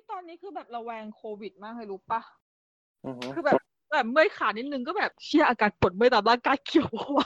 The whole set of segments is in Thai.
ตอนนี้คือแบบระแวงโควิดมากเลยรู้ปะอือฮึคือแบบเมื่อยขานิดนึงก็แบบเชี่ยอาการปวดเมื่อยตามร่างกายเกี่ยววะ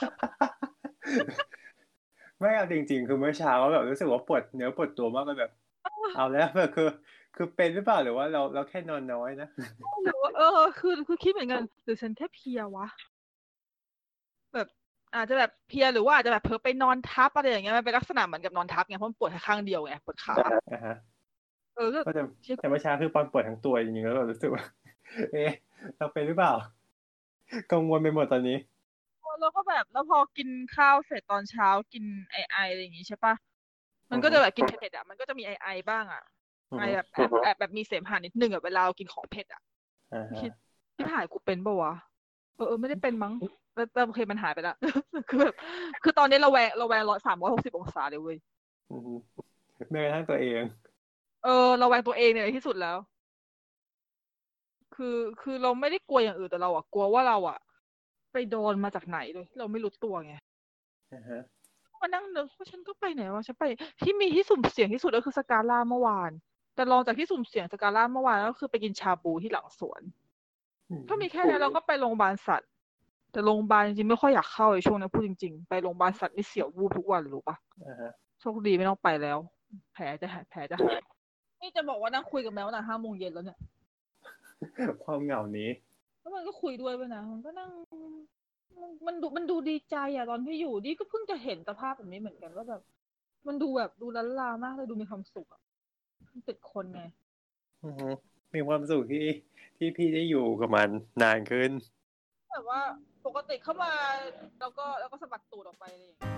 ไม่เอาจริงๆคือเมื่อเช้าก็แบบรู้สึกว่าปวดเนื้อปวดตัวมากเลยแบบเอาแล้วแบบคือเป็นหรือเปล่าหรือว่าเราแค่นอนน้อยนะหรือว่าคือคิดเหมือนกันหรือฉันแค่เพลียวะแบบอาจจะแบบเพลียหรือว่าอาจจะแบบเผลอไปนอนทับอะไรอย่างเงี้ยมันเป็นลักษณะเหมือนกับนอนทับไงเพราะมันปวดแค่ข้างเดียวไงปวดขาอ่าฮะก็ก็แต่เชี่ยแต่เมื่อเช้าคือปอนปวดทั้งตัวจริงๆแล้วแบบรู้สึกว่าเอ๊ะเราเป็นหรือเปล่ากังวลไปหมดตอนนี้แล้วก็แบบแล้วพอกินข้าวเสร็จตอนเช้ากินไออะไรอย่างงี้ใช่ปะมันอือฮึก็จะแบบกินเผ็ดๆอ่ะมันก็จะมีไอบ้างอ่ะไออือฮึแบบมีเสมหะนิดนึงอ่ะเวลาเรากินของเผ็ดอ่ะอ่าฮะคิดที่หายกูเป็นปะวะไม่ได้เป็นมั้งแล้วโอเคมันหายไปละคือแบบคือตอนนี้ระแวง360 องศาเลยเว้ยอือฮึแม้กระทั่งตัวเองระแวงตัวเองเนี่ยในที่สุดแล้วคือเราไม่ได้กลัวอย่างอื่นแต่เราอะกลัวว่าเราอะไปโดนมาจากไหนโดยที่เราไม่รู้ตัวไงอ่าฮะมานั่งนึกว่าฉันก็ไปไหนวะฉันไปที่มีที่สุ่มเสี่ยงที่สุดก็คือสกาล่าเมื่อวานแต่รองจากที่สุ่มเสี่ยงสกาล่าเมื่อวานก็คือไปกินชาบูที่หลังสวนอืก็มีแค่มนี้เราก็ไปโรงพยาบาลสัตว์แต่โรงพยาบาลจริงๆไม่ค่อยอยากเข้าในช่วงนี้พูดจริงๆไปโรงพยาบาลสัตว์นี่เสียววูบทุกวันเลยรู้ปะอ่าฮะโชคดีไม่ต้องไปแล้วแผลจะหายนี่จะบอกว่านั่งคุยกับแมวตั้งแต่5 โมงเย็นแล้วเนี่ยความเหงานี้แล้วมันก็คุยด้วยนะมันก็นั่งมันดูดีใจตอนที่อยู่นี่ก็เพิ่งจะเห็นสภาพแบบนี้เหมือนกันว่าแบบมันดูแบบดูล้านลามากเลยดูมีความสุขมันติดคนไงอือฮึมีความสุขที่พี่ได้อยู่กับมันนานขึ้นแบบว่าปกติเข้ามาแล้วก็สะบัดตูดออกไปอะไรอย่างเงี้ย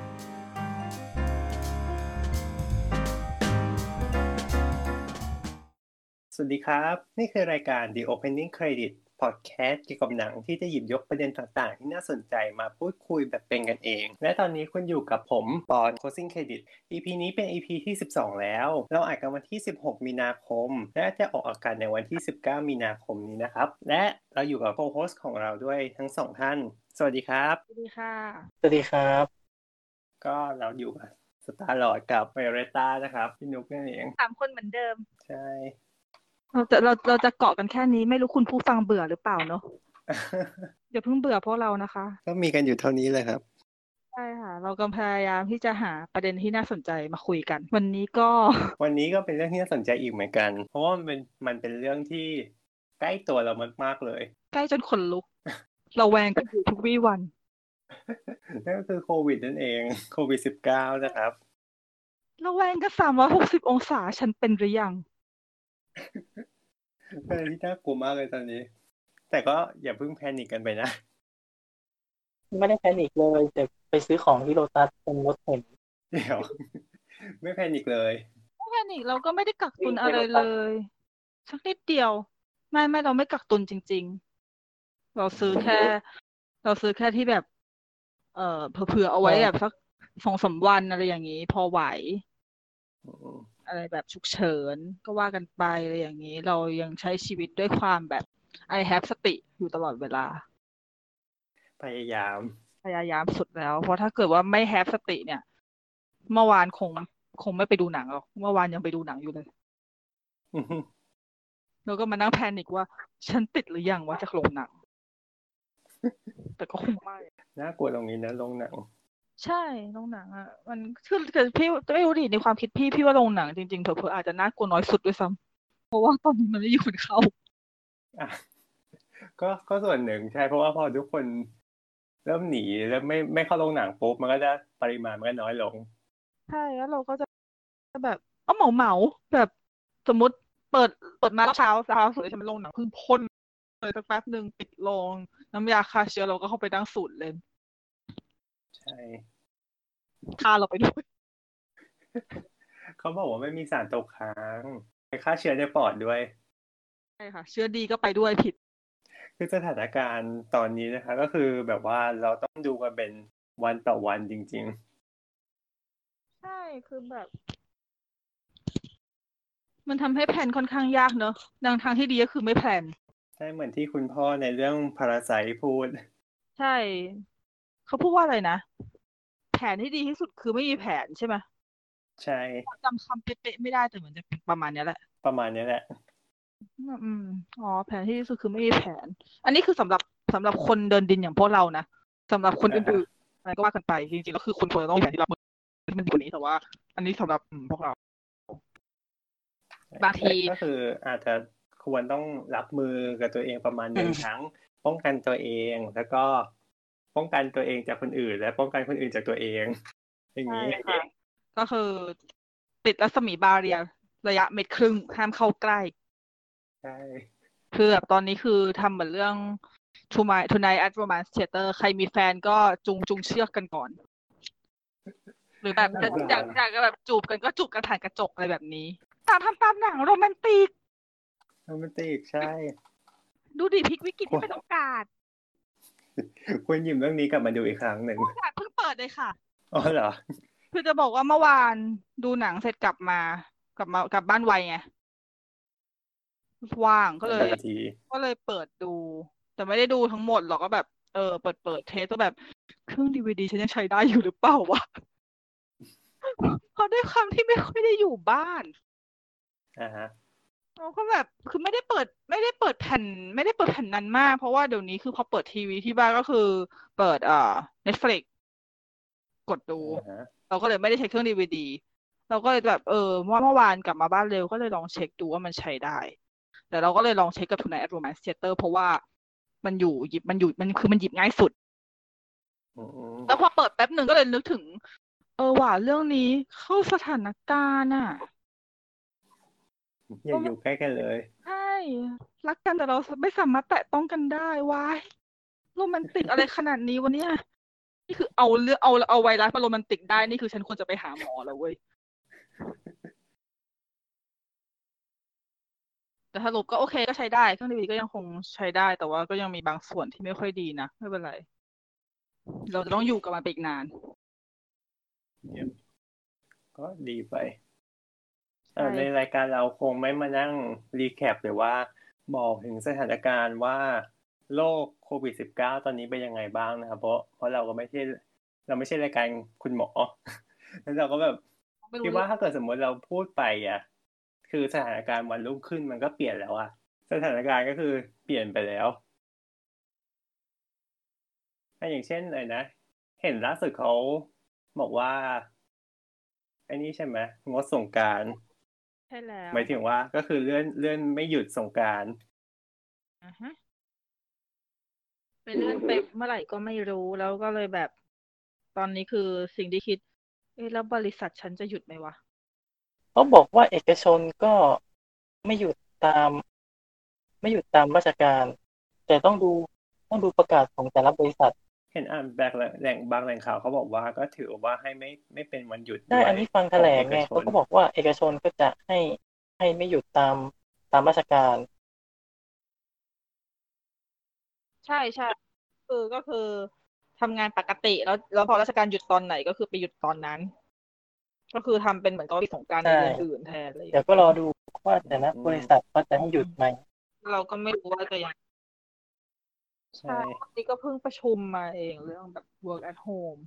สวัสดีครับ นี่คือรายการ The Opening Credit Podcast เกี่ยวกับหนังที่จะหยิบยกประเด็นต่างๆที่น่าสนใจมาพูดคุยแบบเป็นกันเอง และตอนนี้คุณอยู่กับผมปอน Closing Credit EP นี้เป็น EP ที่12แล้วเราอัดกันวันที่16มีนาคมและจะออกอากาศในวันที่19มีนาคมนี้นะครับและเราอยู่กับโคโฮสต์ของเราด้วยทั้งสองท่านสวัสดีครับสวัสดีค่ะสวัสดีครับก็เราอยู่กับสตาร์ลอร์ดกับไวเรต้านะครับพี่นุ๊กนั่นเอง 3 คนเหมือนเดิมใช่เราจะเกาะกันแค่นี้ไม่รู้คุณผู้ฟังเบื่อหรือเปล่าเนาะอย่าเพิ่งเบื่อพวกเรานะคะก็มีกันอยู่เท่านี้เลยครับใช่ค่ะเรากำลังพยายามที่จะหาประเด็นที่น่าสนใจมาคุยกันวันนี้ก็วันนี้ก็เป็นเรื่องที่น่าสนใจอีกเหมือนกัน เพราะว่ามันเป็นเรื่องที่ใกล้ตัวเรามากๆเลยใกล้จนขนลุกเราแวงกันอยู่ทุกวี่วันนั่นก็คือโควิดนั่นเองโควิด19นะครับเราแวงกัน360 องศาฉันเป็นหรือยังเป็นอะไรที่น่ากลัวมากเลยตอนนี้ แต่ก็อย่าเพิ่งแพนิคกันไปนะไม่ได้แพนิคเลยแต่ไปซื้อของที่โลตัสเป็นรถเข็นเดี๋ยวไม่แพนิคเลยแค่นี้เราก็ไม่ได้กักตุนอะไรเลยสักนิดเดียวไม่เราไม่กักตุนจริงๆเราซื้อแค่ที่แบบเอ่อเผื่อเอาไว้แบบสัก2-3 วันอะไรอย่างนี้พอไหวอืมอะไรแบบฉุกเฉินก็ว่ากันไปอะไรอย่างนี้เรายังใช้ชีวิตด้วยความแบบ I have สติอยู่ตลอดเวลาพยายามพยายามสุดแล้วเพราะถ้าเกิดว่าไม่แฮปสติเนี่ยเมื่อวานคงไม่ไปดูหนังหรอกเมื่อวานยังไปดูหนังอยู่เลยแล้วก็มานั่งแพนิคว่าฉันติดหรือยังว่าจากโรงหนังแต่ก็คงไม่น่ากลัวตรงนี้นะโรงหนังใช่โรงหนังอ่ะมันคือพี่ไม่รู้ดิในความคิดพี่ว่าโรงหนังจริงๆเผลอๆอาจจะน่ากลัวน้อยสุดด้วยซ้ำเพราะว่าตอนนี้มันไม่มีคนเข้าอ่ะก็ส่วนหนึ่งใช่เพราะว่าพอทุกคนเริ่มหนีแล้วไม่เข้าโรงหนังปุ๊บมันก็จะปริมาณมันก็น้อยลงใช่แล้วเราก็จะแบบเหมาแบบสมมติเปิดเปิดมาเช้าสุดใช่ไหมโรงหนังเพิ่งพ่นเลยสักแป๊บหนึ่งปิดโรงน้ำยาฆ่าเชื้อเราก็เข้าไปนั่งสูดเลยใช่พาเราไปด้วยเขาบอกว่าไม่มีสารตกค้างไปฆ่าเชื้อในปอดด้วยใช่ค่ะเชื้อดีก็ไปด้วยผิดคือสถานการณ์ตอนนี้นะคะก็คือแบบว่าเราต้องดูกันเป็นวันต่อวันจริงใช่คือแบบมันทำให้แผนค่อนข้างยากเนอะดังทางที่ดีก็คือไม่แผนๆใช่เหมือนที่คุณพ่อในเรื่องพาราไซพูดใช่เขาพูดว่าอะไรนะแผนที่ดีที่สุดคือไม่มีแผนใช่ไหมใช่จำคำเป๊ะๆไม่ได้แต่เหมือนจะเป็นประมาณเนี้ยแหละประมาณนี้แหละอืมอ๋อแผนที่ดีที่สุดคือไม่มีแผน อันนี้คือสำหรับคนเดินดินอย่างพวกเรานะสำหรับคนอื่นๆอะไรก็ว่ากันไปจริงๆแล้วคือคุณควรจะต้องมีแผนที่รับมือที่มันดีกว่านี้แต่ว่า อันนี้สำหรับพวกเราบางทีก็คืออาจจะควรต้องรับมือกับตัวเองประมาณหนึ่งทั้งป้องกันตัวเองแล้วก็ป้องกันตัวเองจากคนอื่น และป้องกันคนอื่นจากตัวเอง อย่างใช่นี้ค่ะ ก็คือติดรัศมีบาเรียระยะ1.5 เมตรห้ามเข้าใกล้ใช่คือแบบตอนนี้คือทำเหมือนเรื่อง Tonight at Romance Theater ใครมีแฟนก็จุงเชือกกันก่อน หรือแบบอยากแบบจูบกันก็จูบกันผ่านกระจกอะไรแบบนี้ทำตามหนังโรแมนติกโรแมนติกใช่ดูดิพลิกวิกฤตให้เป็นโอกาสควรหยิบเรื่องนี้กลับมาดูอีกครั้งหนึ่งโอกาสเพิ่งเปิดเลยค่ะอ๋อเหรอคือจะบอกว่าเมื่อวานดูหนังเสร็จกลับบ้านไวไงว่างก็เลยทันทีก็เลยเปิดดู แต่ไม่ได้ดูทั้งหมดหรอกก็แบบเปิดเทสก็แบบเครื่องดีวีดีฉันยังใช้ได้อยู่หรือเปล่าวะ เพราะด้วยความที่ไม่ค่อยได้อยู่บ้านฮะเราก็แบบคือไม่ได้เปิดแผ่นนั้นมากเพราะว่าเดี๋ยวนี้คือพอเปิดทีวีที่บ้านก็คือเปิดNetflix กดดู เราก็เลยไม่ได้ใช้เครื่องดีวีดีเราก็เลยแบบเมื่อวานกลับมาบ้านเร็วก็เลยลองเช็คดูว่ามันใช้ได้ แต่เราก็เลยลองเช็คกับ Tonight at Romance Theater เพราะว่ามันหยิบง่ายสุด แล้วพอเปิดแป๊บหนึ่งก็เลยนึกถึงว่าเรื่องนี้เข้าสถานการณ์อ่ะอย่าอยู่ใกล้กันเลยใช่รักกันแต่เราไม่สามารถแตะต้องกันได้วายโรแมนติกอะไรขนาดนี้วะเนี่ยนี่คือเอาเรื่องเอาไวรัสมาโรแมนติกได้นี่คือฉันควรจะไปหาหมอแล้วเว้ยแต่สรุปก็โอเคก็ใช้ได้เครื่องดีวีก็ยังคงใช้ได้แต่ว่าก็ยังมีบางส่วนที่ไม่ค่อยดีนะไม่เป็นไรเราจะต้องอยู่กับมันไปอีกนานก็ดีไปในรายการเราคงไม่มานั่งรีแคปหรือว่าบอกถึงสถานการณ์ว่าโรคโควิด -19 ตอนนี้เป็นยังไงบ้างนะครับเพราะเราก็ไม่ใช่รายการคุณหมอ แล้วเราก็แบบคิดว่าถ้าเกิดสมมติเราพูดไปคือสถานการณ์วันรุ่งขึ้นมันก็เปลี่ยนแล้วสถานการณ์ก็คือเปลี่ยนไปแล้วอย่างเช่นอะไรนะเห็นล่าสุดเขาบอกว่าไอ้นี่ใช่ไหมงดสงกรานต์ใช่แล้วหมายถึงว่าก็คือเลื่อนไม่หยุดสงกรานต์ไปเลื่อนไปเมื่อไหร่ก็ไม่รู้แล้วก็เลยแบบตอนนี้คือสิ่งที่คิดแล้วบริษัทฉันจะหยุดไหมวะเขาบอกว่าเอกชนก็ไม่หยุดตามราชการแต่ต้องดูประกาศของแต่ละบริษัทเห็นบางแหล่งข่าวเขาบอกว่าก็ถือว่าให้ไม่เป็นวันหยุดได้อันนี้ฟังแถลงไงเขาก็บอกว่าเอกชนก็จะให้ไม่หยุดตามราชการใช่ก็คือทำงานปกติแล้วพอราชการหยุดตอนไหนก็คือไปหยุดตอนนั้น ก็คือทำเป็นเหมือนกับสงกรานต์ในเดือนอื่นแทนเลยเดี๋ยวก็รอดูว่าแต่ละบริษัทเขาจะให้หยุดไหมเราก็ไม่รู้ว่าจะยังใช่วันนี้ก็เพิ่งประชุมมาเองเรื่องแบบ work at home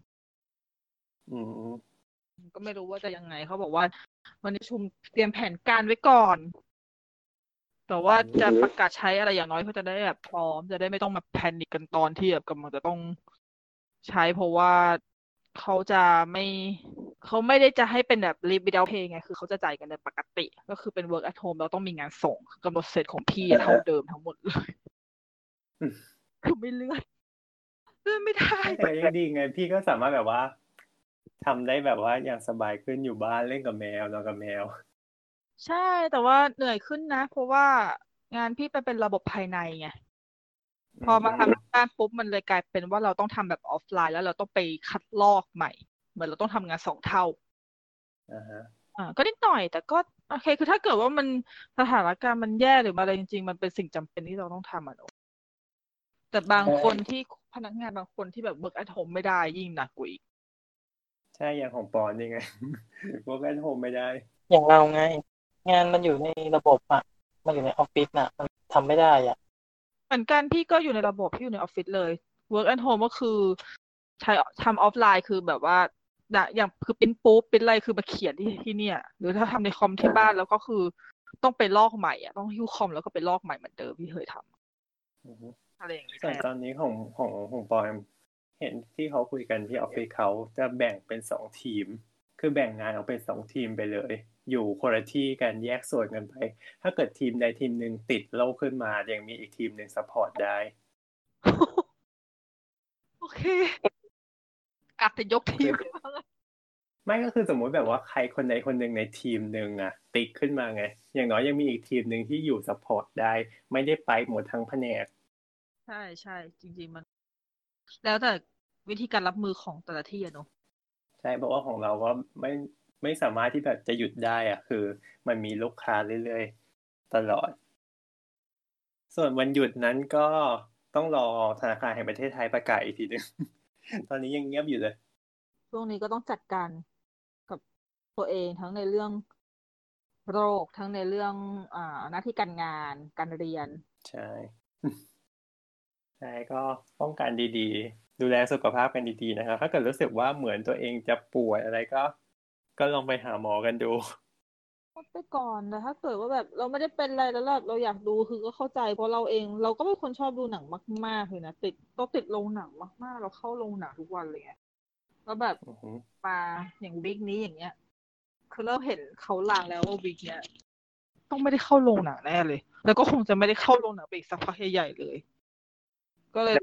ก็ไม่รู้ว่าจะยังไงเขาบอกว่าวันนี้ประชุมเตรียมแผนการไว้ก่อนแต่ว่าจะประกาศใช้อะไรอย่างน้อยเขาจะได้แบบพร้อมจะได้ไม่ต้องมาแพนิคกันตอนที่แบบกำลังจะต้องใช้เพราะว่าเขาไม่ได้จะให้เป็นแบบ leave without pay ไงคือเขาจะจ่ายกันในปกติก็คือเป็น work at home เราต้องมีงานส่งกำหนดเสร็จของพี่เท่าเดิมทั้งหมดเลยคือไม่เลื่อนไม่ได้แต่ยังดีไงพี่ก็สามารถแบบว่าทำได้แบบว่าอย่างสบายขึ้นอยู่บ้านเล่นกับแมวนอนกับแมวใช่แต่ว่าเหนื่อยขึ้นนะเพราะว่างานพี่เป็นระบบภายในไงพอมาทำบ้านปุ๊บมันเลยกลายเป็นว่าเราต้องทำแบบออฟไลน์แล้วเราต้องไปคัดลอกใหม่เหมือนเราต้องทำงาน2 เท่าก็นิดหน่อยแต่ก็โอเคคือถ้าเกิดว่ามันสถานการณ์มันแย่หรืออะไรจริงๆมันเป็นสิ่งจำเป็นที่เราต้องทำเนอะแต่บางคนที่พนักงานบางคนที่แบบ work at home ไม่ได้ยิ่งหนักกว่าอีกใช่อย่างของปอนนี่ไง work at home ไม่ได้อย่างเราไงงานมันอยู่ในระบบมันอยู่ในออฟฟิศมันทำไม่ได้เหมือนกันพี่ก็อยู่ในระบบพี่อยู่ในออฟฟิศเลย work at home ก็คือใช้ทำออฟไลน์คือแบบว่าอย่างคือเป็นปุ๊บเป็นอะไรคือมาเขียนที่เนี่ยหรือถ้าทำในคอมที่บ้านแล้วก็คือต้องไปลอกใหม่อ่ะต้องหิ้วคอมแล้วก็ไปลอกใหม่เหมือนเดิมที่เคยทอือฮึำอะไรอย่างนี้แทส่วนนตอนนี้ของปอยเห็นที่เขาคุยกันที่ออฟฟิศเขาจะแบ่งเป็น2 ทีมคือแบ่งงานออกเป็น2 ทีมไปเลยอยู่คนละที่กันแยกส่วนกันไปถ้าเกิดทีมใดทีมหนึ่งติดโรคขึ้นมายังมีอีกทีมหนึ่งซัพพอร์ตได้โอเคกัดแต่ยกทีคือมไม่ก็คือสมมุติแบบว่าใครคนใดคนหนึ่งในทีมหนึ่งอะติดขึ้นมาไงอย่างน้อยยังมีอีกทีมหนึ่งที่อยู่ซัพพอร์ตได้ไม่ได้ไปหมดทั้งแผนกใช่ใช่จริงๆมันแล้วแต่วิธีการรับมือของแต่ละที่อะเนาะใช่เพราะว่าของเราก็ไม่สามารถที่แบบจะหยุดได้อะคือมันมีลูกค้าเรื่อยๆตลอดส่วนวันหยุดนั้นก็ต้องรอธนาคารแห่งประเทศไทยประกาศอีกทีหนึ่ง ตอนนี้ยังเงียบอยู่เลยช่วงนี้ก็ต้องจัดการกับตัวเองทั้งในเรื่องโรคทั้งในเรื่องหน้าที่การงานการเรียนใช่ใช่ก็ป้องกันดีๆดูแลสุขภาพกันดีๆนะครับถ้าเกิดรู้สึกว่าเหมือนตัวเองจะป่วยอะไรก็ลองไปหาหมอกันดูงดไปก่อนแต่ถ้าเกิดว่าแบบเราไม่ได้เป็นอะไรแล้วเราอยากดูคือก็เข้าใจเพราะเราเองเราก็เป็นคนชอบดูหนังมากๆเลยนะติดโรงหนังมากๆเราเข้าโรงหนังทุกวันเลยไงแล้วแบบอือหือมาอย่างวิกนี้อย่างเงี้ยคือเราเห็นเขาลางแล้วว่าวิกเนี้ยต้องไม่ได้เข้าโรงหนังแน่เลยแล้วก็คงจะไม่ได้เข้าโรงหนังไปอีกสักพักใหญ่ๆเลยก็เลย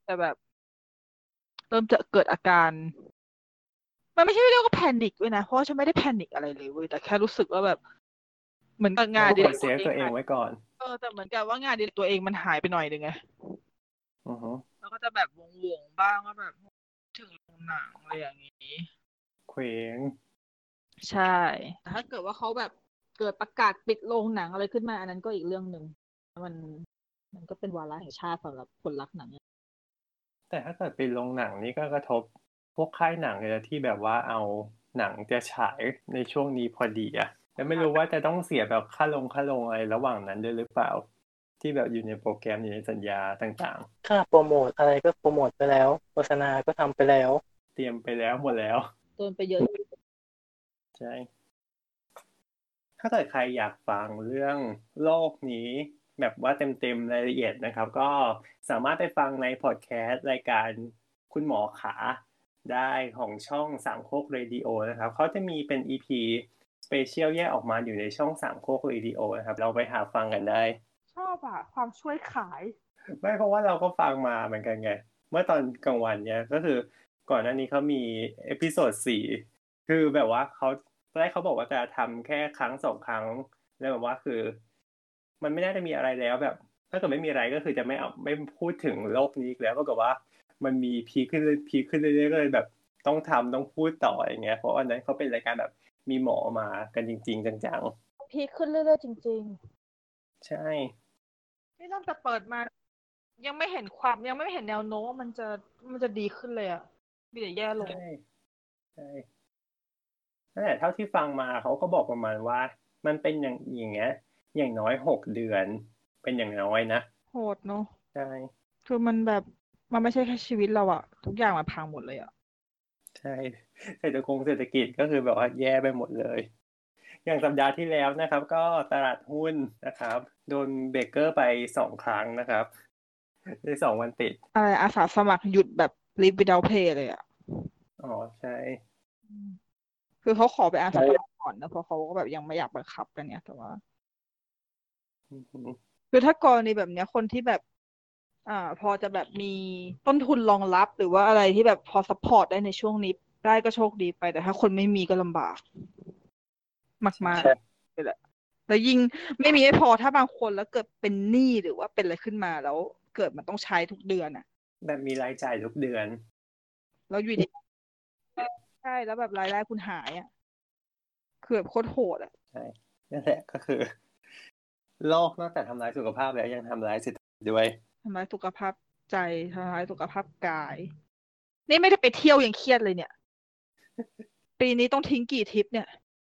เริ่มจะเกิดอาการมันไม่ใช่เรียกว่าแพนิคด้วยนะเพราะว่าฉันไม่ได้แพนิคอะไรเลยเว้ยแต่แค่รู้สึกว่าแบบเหมือนกับงานเราอดิเรกควรเซฟตัวเองไว้ก่อนแต่เหมือนกับว่างานอดิเรกตัวเองมันหายไปหน่อยนึงไงอือหือแล้วก็จะแบบวงๆบ้างว่าแบบถึงโรงหนังอะไรอย่างนี้เคว้งใช่แต่ถ้าเกิดว่าเขาแบบเกิดประกาศปิดโรงหนังอะไรขึ้นมาอันนั้นก็อีกเรื่องหนึ่งมันมันก็เป็นวาระแห่งชาติสำหรับคนรักหนังแต่ถ้าเกิดไปโรงหนังนี่ก็กระทบพวกค่ายหนังเลยนะที่แบบว่าเอาหนังจะฉายในช่วงนี้พอดีอะแล้วไม่รู้ว่าจะต้องเสียแบบค่าลงอะไรระหว่างนั้นด้วยหรือเปล่าที่แบบอยู่ในโปรแกรมอยู่ในสัญญาต่างค่าโปรโมทอะไรก็โปรโมทไปแล้วโฆษณาก็ทำไปแล้วๆเตรียมไปแล้วหมดแล้วโดนไปเยอะใช่ถ้าเกิดใครอยากฟังเรื่องโลกนี้แบบว่าเต็มๆรายละเอียดนะครับก็สามารถไปฟังในพอดแคสต์รายการคุณหมอขาได้ของช่องสามโคกเรดิโอนะครับเขาจะมีเป็น EP สเปเชียลแยกออกมาอยู่ในช่องสามโคกเรดิโอนะครับเราไปหาฟังกันได้ชอบอะความช่วยขายไม่เพราะว่าเราก็ฟังมาเหมือนกันไงเมื่อตอนกลางวันเนี่ยก็คือก่อนหน้านี้เขามีเอพิโซด4คือแบบว่าเขาตอนแรกเขาบอกว่าจะทำแค่ครั้ง2 ครั้งแล้วแบบว่าคือมันไม่น่าจะมีอะไรแล้วแบบถ้าเกิดไม่มีอะไรก็คือจะไม่พูดถึงโลกนี้อีกแล้วปรากฏว่ามันมีพีคขึ้นเรื่อยๆก็เลยแบบต้องพูดต่ออย่างเงี้ยเพราะอันนั้นเขาเป็นรายการแบบมีหมอมากันจริงๆจังพีคขึ้นเรื่อยๆจริงๆใช่ๆนี่ตั้งแต่เปิดมายังไม่เห็นแนวโน้มว่ามันจะดีขึ้นเลยอะมีแต่แย่ลงใช่ใช่ นั่นแหละเท่าที่ฟังมาเขาก็บอกประมาณว่ามันเป็นอย่างเงี้ยอย่างน้อย6 เดือนเป็นอย่างน้อยนะโหดเนาะใช่คือมันแบบมันไม่ใช่แค่ชีวิตเราอะทุกอย่างมันพังหมดเลยอะใช่เศรษฐกิจก็คือแบบว่าแย่ไปหมดเลยอย่างสัปดาห์ที่แล้วนะครับก็ตลาดหุ้นนะครับโดนเบรกเกอร์ไป2 ครั้งนะครับใน2 วันติดอะไรอาสาสมัครหยุดแบบ leave without pay เลยอะอ๋อใช่อืมคือเขาขอไปอาสาสมัครก่อนนะเพราะเขาก็แบบยังไม่อยากบังคับกันเนี่ยแต่ว่าอือหือคือถ้ากรณีแบบเนี้ยคนที่แบบพอจะแบบมีต้นทุนรองรับหรือว่าอะไรที่แบบพอซัพพอร์ตได้ในช่วงนี้ได้ก็โชคดีไปแต่ถ้าคนไม่มีก็ลำบากใช่มากๆเลยแหละแล้วยิ่งไม่มีไม่พอถ้าบางคนแล้วเกิดเป็นหนี้หรือว่าเป็นอะไรขึ้นมาแล้วเกิดมันต้องใช้ทุกเดือนอ่ะแบบมีรายจ่ายทุกเดือนแล้วอยู่ดีใช่แล้วแบบรายได้คุณหายอ่ะคือแบบโคตรโหดอ่ะใช่นั่นแหละก็คือโลกนอกจากทำร้ายสุขภาพแล้วยังทำร้ายเศรษฐกิจด้วยทำร้ายสุขภาพใจทำร้ายสุขภาพกายนี่ไม่ได้ไปเที่ยวยังเครียดเลยเนี่ยปีนี้ต้องทิ้งกี่ทริปเนี่ย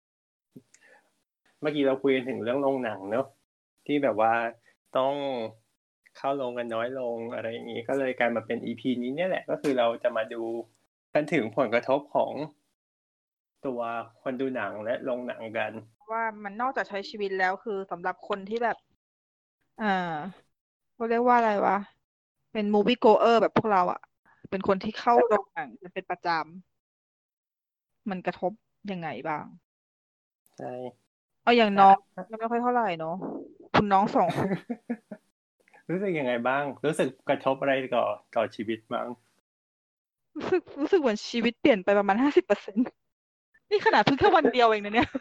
เมื่อกี้เราคุยกันถึงเรื่องโรงหนังเนอะที่แบบว่าต้องเข้าโรงกันน้อยลงอะไรอย่างนี้ก็เลยกลายมาเป็น EP นี้เนี่ยแหละก็คือเราจะมาดูกันถึงผลกระทบของตัวคนดูหนังและโรงหนังกันว่ามันนอกจากใช้ชีวิตแล้วคือสำหรับคนที่แบบอ่าเขาเรียกว่าอะไรวะเป็นมูวี่โกเออร์แบบพวกเราอ่ะเป็นคนที่เข้าโรงหนังเป็นประจำมันกระทบยังไงบ้างใช่เอาอย่างน้องยังไม่ค่อยเท่าไหร่เนาะคุณน้องสองคนรู้สึกยังไงบ้างรู้สึกกระทบอะไรต่อชีวิตบ้างรู้สึกเหมือนชีวิตเปลี่ยนไปประมาณ50%นี่ขนาดเพิ่งแค่วันเดียวเองนะเนี่ย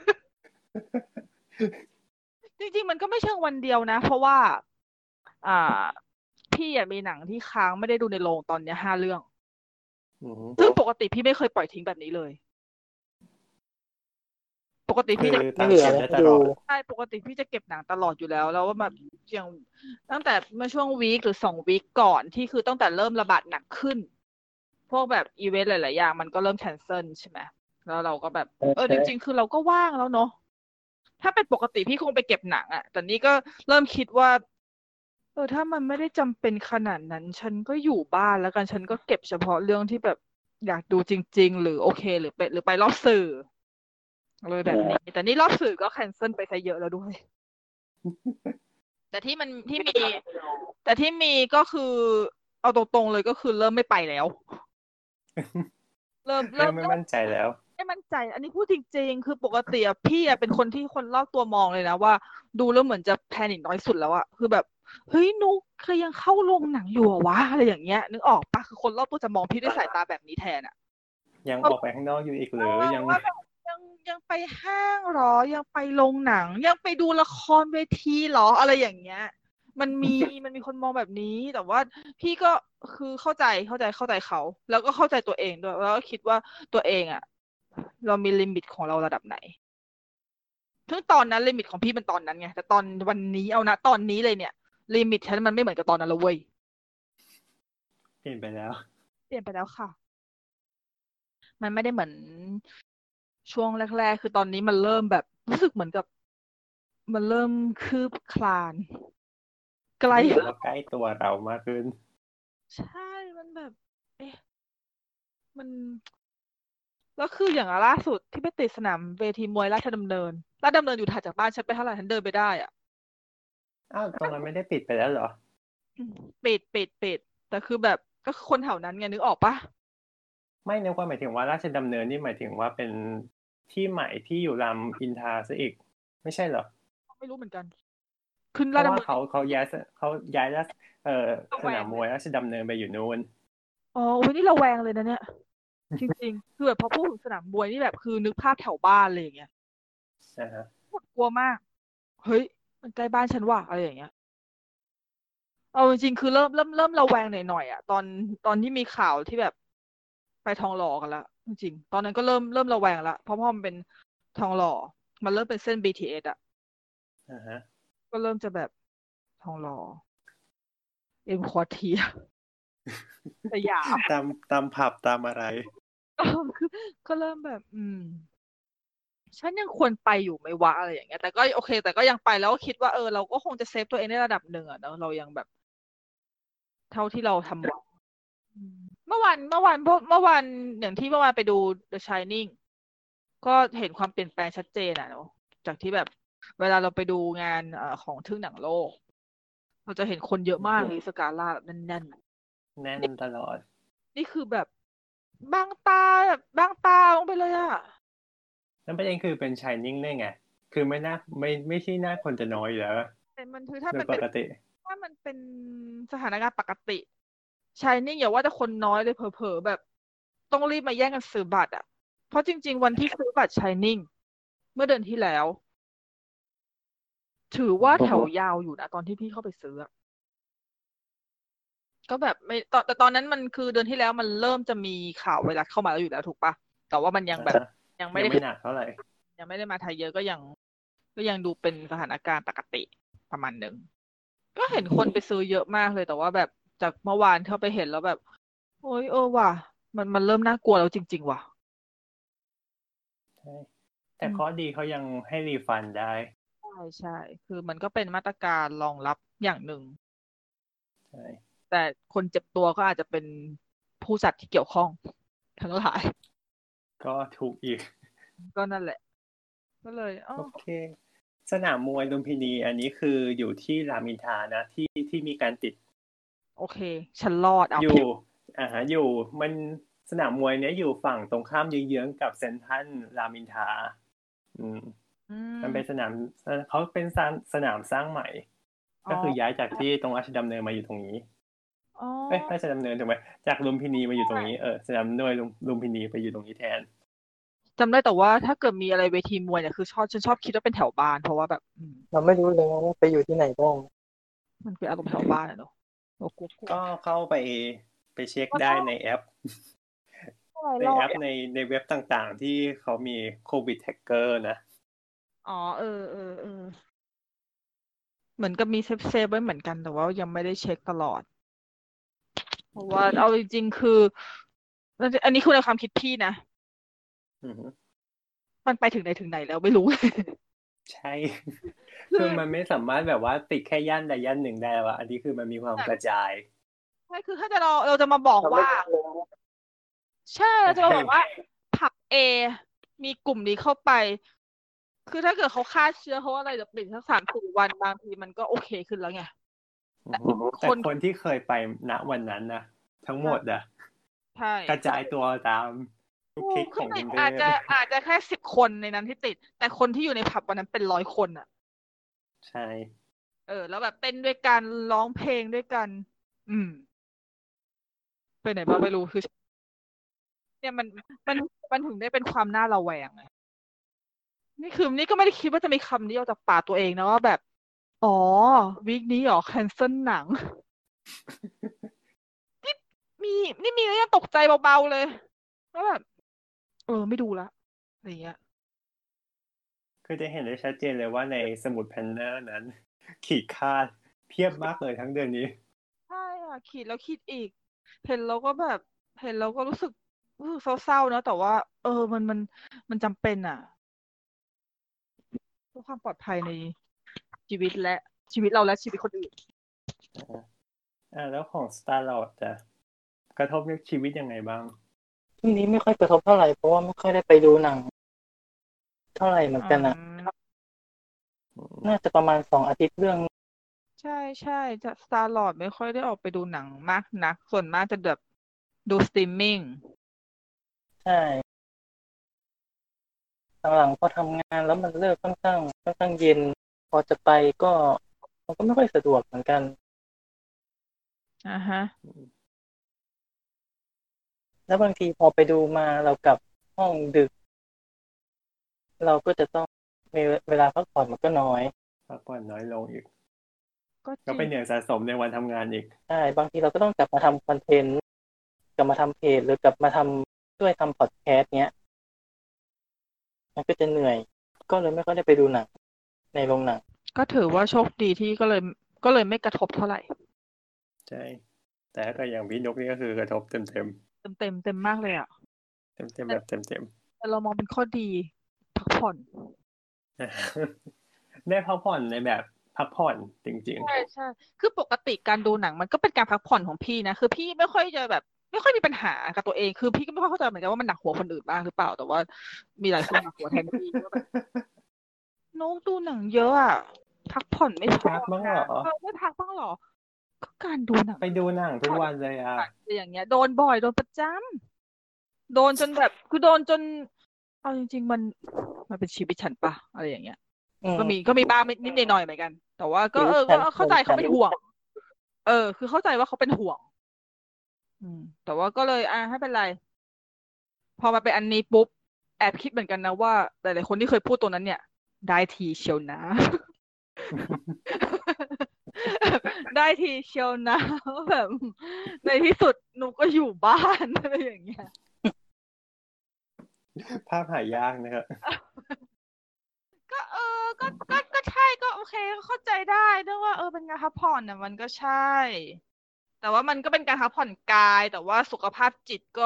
จริงๆมันก็ไม่เชิงวันเดียวนะเพราะว่าอ่าพี่มีหนังที่ค้างไม่ได้ดูในโรงตอนเนี้ย5 เรื่องซึ่งปกติพี่ไม่เคยปล่อยทิ้งแบบนี้เลยปกติคืพี่อจะตามเก็บได้ตลอดใช่ปกติพี่จะเก็บหนังตลอดอยู่แล้วแล้วว่าแบบอย่างตั้งแต่เมื่อช่วงวีคหรือ2 วีคก่อนที่คือตั้งแต่เริ่มระบาดหนักขึ้นพวกแบบอีเวนต์หลายๆอย่างมันก็เริ่มแคนเซิลใช่ไหมแล้วเราก็แบบจริงๆคือเราก็ว่างแล้วเนาะถ้าเป็นปกติพี่คงไปเก็บหนังอะแต่นี่ก็เริ่มคิดว่าถ้ามันไม่ได้จำเป็นขนาดนั้นฉันก็อยู่บ้านแล้วกันฉันก็เก็บเฉพาะเรื่องที่แบบอยากดูจริงๆหรือโอเคหรือไปรอบสื่อเลยแบบนี้แต่นี่รอบสื่อก็แคนเซิลไปซะเยอะแล้วด้วย แต่ที่มีก็คือเอาตรงๆเลยก็คือเริ่มไม่ไปแล้วเริ่มเริ่เริ่มเริ่มมไม่มั่นใจแล้วไม่มั่นใจอันนี้พูดจริงๆคือปกติอะพี่อะเป็นคนที่คนรอบตัวมองเลยนะว่าดูแล้วเหมือนจะแพนิคน้อยสุดแล้วอะคือแบบเฮ้ยนุกเคยยังเข้าโรงหนังอยู่เหรอวะอะไรอย่างเงี้ยนึกออกปะคือคนรอบตัวจะมองพี่ด้วยสายตาแบบนี้แทนอะยังออกไปข้างนอกอยู่อีกหเออรือยังว่าแบบยังไปห้างเหรอยังไปโรงหนังยังไปดูละครเวทีเหรออะไรอย่างเงี้ยมันมีมันมีคนมองแบบนี้แต่ว่าพี่ก็คือเข้าใจเขาแล้วก็เข้าใจตัวเองด้วยแล้วก็คิดว่าตัวเองอ่ะเรามีลิมิตของเราระดับไหนซึ่งตอนนั้นลิมิตของพี่เป็นตอนนั้นไงแต่ตอนวันนี้เอานะตอนนี้เลยเนี่ยลิมิตฉันมันไม่เหมือนกับตอนนั้นและเว้ยเปลี่ยนไปแล้วเปลี่ยนไปแล้วค่ะมันไม่ได้เหมือนช่วงแรกๆคือตอนนี้มันเริ่มแบบรู้สึกเหมือนกับ มันเริ่มคืบคลานไกลรู้สึกว่าใกล้ตัวเรามากขึ้นใช่มันแบบเอ๊ะมันแล้วคืออย่างล่าสุดที่ไปติดสนามเวทีมวยราชดำเนินอยู่ถัดจากบ้านฉันไปเท่าไหร่ฉันเดินไปได้อ่ะอ้าวตรงนั้นไม่ได้ปิดไปแล้วเหรออืมปิดแต่คือแบบก็คือคนแถวนั้นไงนึกออกปะไม่นึกว่าหมายถึงว่าราชดำเนินนี่หมายถึงว่าเป็นที่ใหม่ที่อยู่รามอินทราซะอีกไม่ใช่เหรอไม่รู้เหมือนกันขึ้นเพราะว่าราชดำเนินเขาย้ายเอ่อระแวงเลยสนามมวยราชดำเนินไปอยู่นู้นอ๋อวันนี้ระแวงเลยนะเนี่ยจริงๆคือแบบพอพูดถึงสนามมวยนี่แบบคือนึกภาพแถวบ้านเลยอย่างเงี้ยนะฮะกลัวมากเฮ้ยมันใกล้บ้านฉันว่ะอะไรอย่างเงี้ย เอาจริงๆคือเริ่มระแวงหน่อยๆอ่ะตอนที่มีข่าวที่แบบไปทองหล่อกันละจริงๆตอนนั้นก็เริ่มระแวงละเพราะมันเป็นทองหล่อมันเริ่มเป็นเส้น BTS อสอ่ะอ่าฮะก็เริ่มจะแบบทองหล่อM ควอเทียสยามตามผับตามอะไรคือก็เริ่มแบบฉันยังควรไปอยู่ไหมวะอะไรอย่างเงี้ยแต่ก็โอเคแต่ก็ยังไปแล้วก็คิดว่าเราก็คงจะเซฟตัวเองในระดับหนึ่งอ่ะเนอะเรายังแบบเท่าที่เราทำไหว เมื่อวานอย่างที่เมื่อวานไปดู The Shining ก็เห็นความเปลี่ยนแปลงชัดเจนอ่ะเนาะจากที่แบบเวลาเราไปดูงานของทึ่งหนังโลกเราจะเห็นคนเยอะมากเลยสกาล่าแบบแน่นแน่นตลอดๆนี่คือแบบบางตาแบบบางตาลงไปเลยอ่ะแล้วประเด็นคือเป็น Shining ได้ไงคือไม่ใช่หน้าคนจะน้อยอยู่แล้วแต่มันคือถ้าโดมันเป็นยปกติถ้ามันเป็นสถานการณ์ปกติชายนิ่งอย่าว่าแต่คนน้อยเลยเผลอๆแบบต้องรีบมาแย่งกันซื้อบัตรอ่ะเพราะจริงๆวันที่ซื้อบัตรชายนิ่งเมื่อเดือนที่แล้วถือว่าแถวยาวอยู่นะตอนที่พี่เข้าไปซื้ออะ ก็แบบไม่แต่ตอนนั้นมันคือเดือนที่แล้วมันเริ่มจะมีข่าวไวรัสเข้ามาแล้วอยู่แล้วถูกปะแต่ว่ามันยังแบบนะฮะยังไม่ยังไม่ได้ขึ้นหนักเท่าไหร่ยังไม่ได้มาไทยเยอะก็ยังดูเป็นสถานการณ์ปกติประมาณหนึ่งก็เห็นคนไปซื้อเยอะมากเลยแต่ว่าแบบจากเมื่อวานเข้าไปเห็นแล้วแบบโอ้ยว่ะมันเริ่มน่ากลัวแล้วจริงๆว่ะใช่แต่อืมข้อดีเขายังให้รีฟันได้ใช่คือมันก็เป็นมาตรการรองรับอย่างหนึ่งใช่แต่คนเจ็บตัวก็อาจจะเป็นผู้จัดที่เกี่ยวข้องทั้งหลายก็ถูกอีกก็นั่นแหละก็เลยโอเค สนามมวยลุมพินี อันนี้คืออยู่ที่รามอินทรานะที่มีการติดโอเค ฉันรอดเอาอยู่อยู่มันสนามมวยเนี้ยอยู่ฝั่งตรงข้ามเยื้องๆกับเซ็นทรัลรามอินทรามันเป็นสนามเขาเป็นสนามสร้างใหม่ ก็คือย้ายจากที่ตรงราชดำเนินมาอยู่ตรงนี้ราชดำเนินถูกไหมจากลุมพินีมาอยู่ตรงนี้สนามมวยลุมพินีไปอยู่ตรงนี้แทนจำได้แต่ว่าถ้าเกิดมีอะไรเวทีมวยเนี่ยคือฉันชอบคิดว่าเป็นแถวบ้านเพราะว่าแบบเราไม่รู้เลยว่าไปอยู่ที่ไหนบ้างมันเป็นอารมณ์แถวบ้านเนอะก็เข้าไปเช็คได้ในแอปในเว็บต่างๆที่เขามีโควิดแท็กเกอร์นะอ๋อเหมือนกับมีเซฟไว้เหมือนกันแต่ว่ายังไม่ได้เช็คตลอดเพราะว่าเอาจริงๆคืออันนี้คือในความคิดพี่นะมันไปถึงไหนแล้วไม่รู้ใช่คือมันไม่สามารถแบบว่าติดแค่ย่านใดย่านหนึ่งได้ว่าอันนี้คือมันมีความกระจายใช่คือถ้าเราจะมาบอกว่าใช่เราจะมาบอกว่าผับ A มีกลุ่มนี้เข้าไปคือถ้าเกิดเขาฆ่าเชื้อเขาอะไรแบบปิดสัก3-4 วันบางทีมันก็โอเคขึ้นแล้วไงแต่คนที่เคยไปณวันนั้นนะทั้งหมดอะกระจายตัวตามทุกทิศของกรุงเทพอาจจะแค่10 คนในนั้นที่ติดแต่คนที่อยู่ในผับวันนั้นเป็น100 คนอ่ะใช่แล้วแบบเต้นด้วยกันร้องเพลงด้วยกันไปไหนบ้างไม่รู้คือเนี่ยมันถึงได้เป็นความน่าระแวงนี่ก็ไม่ได้คิดว่าจะมีคำนี้ออกจากปากตัวเองนะว่าแบบอ๋อวีคนี้หรอแคนเซิลหนังนี่มีเรื่องตกใจเบาๆเลยว่าแบบไม่ดูละอะไรเงี้ยคือจะเห็นได้ชัดเจนเลยว่าในสมุดแพลนเนอร์นั้นขีดค่าเพียบมากเลยทั้งเดือนนี้ใช่อ่ะขีดแล้วขีดอีกเห็นเราก็รู้สึกเศร้าๆนะแต่ว่ามันจำเป็นอ่ะเพื่อความปลอดภัยในชีวิตและชีวิตเราและชีวิตคนอื่นแล้วของ Star-Lord จะกระทบชีวิตยังไงบ้างช่วงนี้ไม่ค่อยกระทบเท่าไหร่เพราะว่าไม่ค่อยได้ไปดูหนังเท่าไหร่เหมือนกันนะน่าจะประมาณ2 อาทิตย์เรื่องใช่จะ Star-Lord ไม่ค่อยได้ออกไปดูหนังมากนักส่วนมากจะแบบดูสตรีมมิ่งใช่หลังๆพอทำงานแล้วมันเลิกค่อนข้างเย็นพอจะไปก็มันก็ไม่ค่อยสะดวกเหมือนกันฮะแล้วบางทีพอไปดูมาเรากลับห้องดึกเราก็จะต้องมีเวลาพักผ่อนมันก็น้อยพักผ่อนน้อยลงอีกก็เป็นเหนื่อยสะสมในวันทำงานอีกใช่บางทีเราก็ต้องกลับมาทำคอนเทนต์กลับมาทำเพจหรือกลับมาทำช่วยทำพอดแคสต์เนี้ยมันก็จะเหนื่อยก็เลยไม่ค่อยได้ไปดูหนังในโรงหนังก็ถือว่าโชคดีที่ก็เลยไม่กระทบเท่าไหร่ใช่แต่ถ้าอย่างพี่นกนี่ก็คือกระทบเต็มมากเลยอ่ะเต็มแบบเต็มแต่เรามองเป็นข้อดีพักผ่อนได้พักผ่อนในแบบพักผ่อนจริงๆใช่คือปกติการดูหนังมันก็เป็นการพักผ่อนของพี่นะคือพี่ไม่ค่อยจะแบบไม่ค่อยมีปัญหากับตัวเองคือพี่ก็ไม่ค่อยเข้าใจเหมือนกันว่ามันหนักหัวคนอื่นบ้างหรือเปล่าแต่ว่ามีหลายคนหนักหัวแทนพี่ว่าแบบน้องดูหนังเยอะอ่ะพักผ่อนไม่พอนะไม่พักบ้างหรอก็การดูหนังไปดูหนังทุกวันเลยอ่ะอย่างเงี้ยโดนบ่อยโดนประจำโดนจนแบบคือโดนจนเอาจริงๆมันเป็นชีวิตฉันปะอะไรอย่างเงี้ยก็มีบ้างนิดหน่อยเหมือนกันแต่ว่าก็ก็เข้าใจเขาเป็นห่วงคือเข้าใจว่าเขาเป็นห่วงแต่ว่าก็เลยไม่เป็นไรพอมาเป็นอันนี้ปุ๊บแอบคิดเหมือนกันนะว่าหลายๆคนที่เคยพูดตัวนั้นเนี่ยได้ทีเชียวนะ ได้ทีเชียวนะแบบในที่สุดหนูก็อยู่บ้านอะไรอย่างเงี้ยภาพหายากนะครับก็ก็ใช่ก็โอเคเข้าใจได้ด้วยว่าเป็นการพักผ่อนน่ะมันก็ใช่แต่ว่ามันก็เป็นการพักผ่อนกายแต่ว่าสุขภาพจิตก็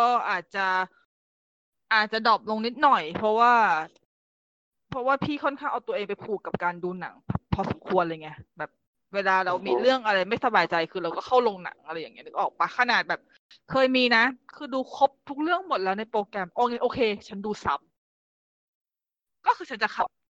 อาจจะดรอปลงนิดหน่อยเพราะว่าพี่ค่อนข้างเอาตัวเองไปผูกกับการดูหนังพอสมควรเลยไงแบบเวลาเรามีเรื่องอะไรไม่สบายใจคือเราก็เข้าโรงหนังอะไรอย่างเงี้ยนึกออกปะขนาดแบบเคยมีนะคือดูครบทุกเรื่องหมดแล้วในโปรแกรมโอเคฉันดูซ้ำก็คือฉันจะขับ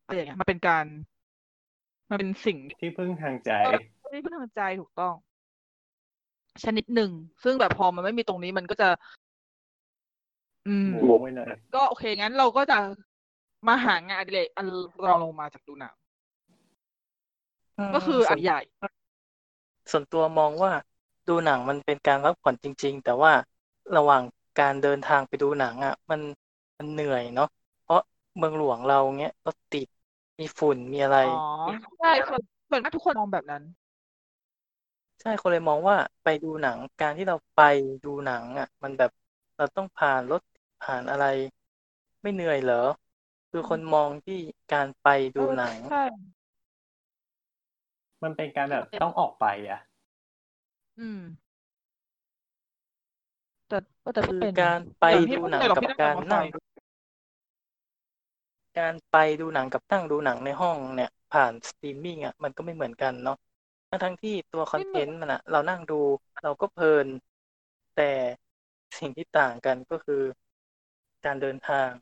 อะไรอย่างเงี้ยมันเป็นสิ่งที่พึ่งทางใจที่พึ่งทางใจถูกต้องชนิดหนึ่งซึ่งแบบพอมันไม่มีตรงนี้มันก็จะหมูไว้หน่อยก็โอเคงั้นเราก็จะมาหางานอดิเรกอันรองลงมาจากดูหนังก็คือส่วนอันใหญ่ส่วนตัวมองว่าดูหนังมันเป็นการพักผ่อนจริงๆแต่ว่าระหว่างการเดินทางไปดูหนังอ่ะมันเหนื่อยเนาะเพราะเมืองหลวงเราเงี้ยรถติดมีฝุ่นมีอะไรอ๋อใช่ส่วนมากทุกคนมองแบบนั้นใช่คนเลยมองว่าไปดูหนังการที่เราไปดูหนังอ่ะมันแบบเราต้องผ่านรถผ่านอะไรไม่เหนื่อยเหรอคือคนมองที่การไปดูหนังใช่มันเป็นการแบบต้องออกไปอ่ะอืมแต่แต่คือไม่เป็นนะการไปอย่างที่ดูไม่เหนื่อยหรอกหนังกับพี่นั่งมอเตอร์ไซค์การไปดูหนังกับนั่งดูหนังในห้องเนี่ยผ่านสตรีมมิ่งอ่ะมันก็ไม่เหมือนกันเนาะทั้งที่ตัวคอนเทไม่เหมือนนต์มันอ่ะเรานั่งดูเราก็เพลินแต่สิ่งที่ต่างกันก็คือการเดินทาง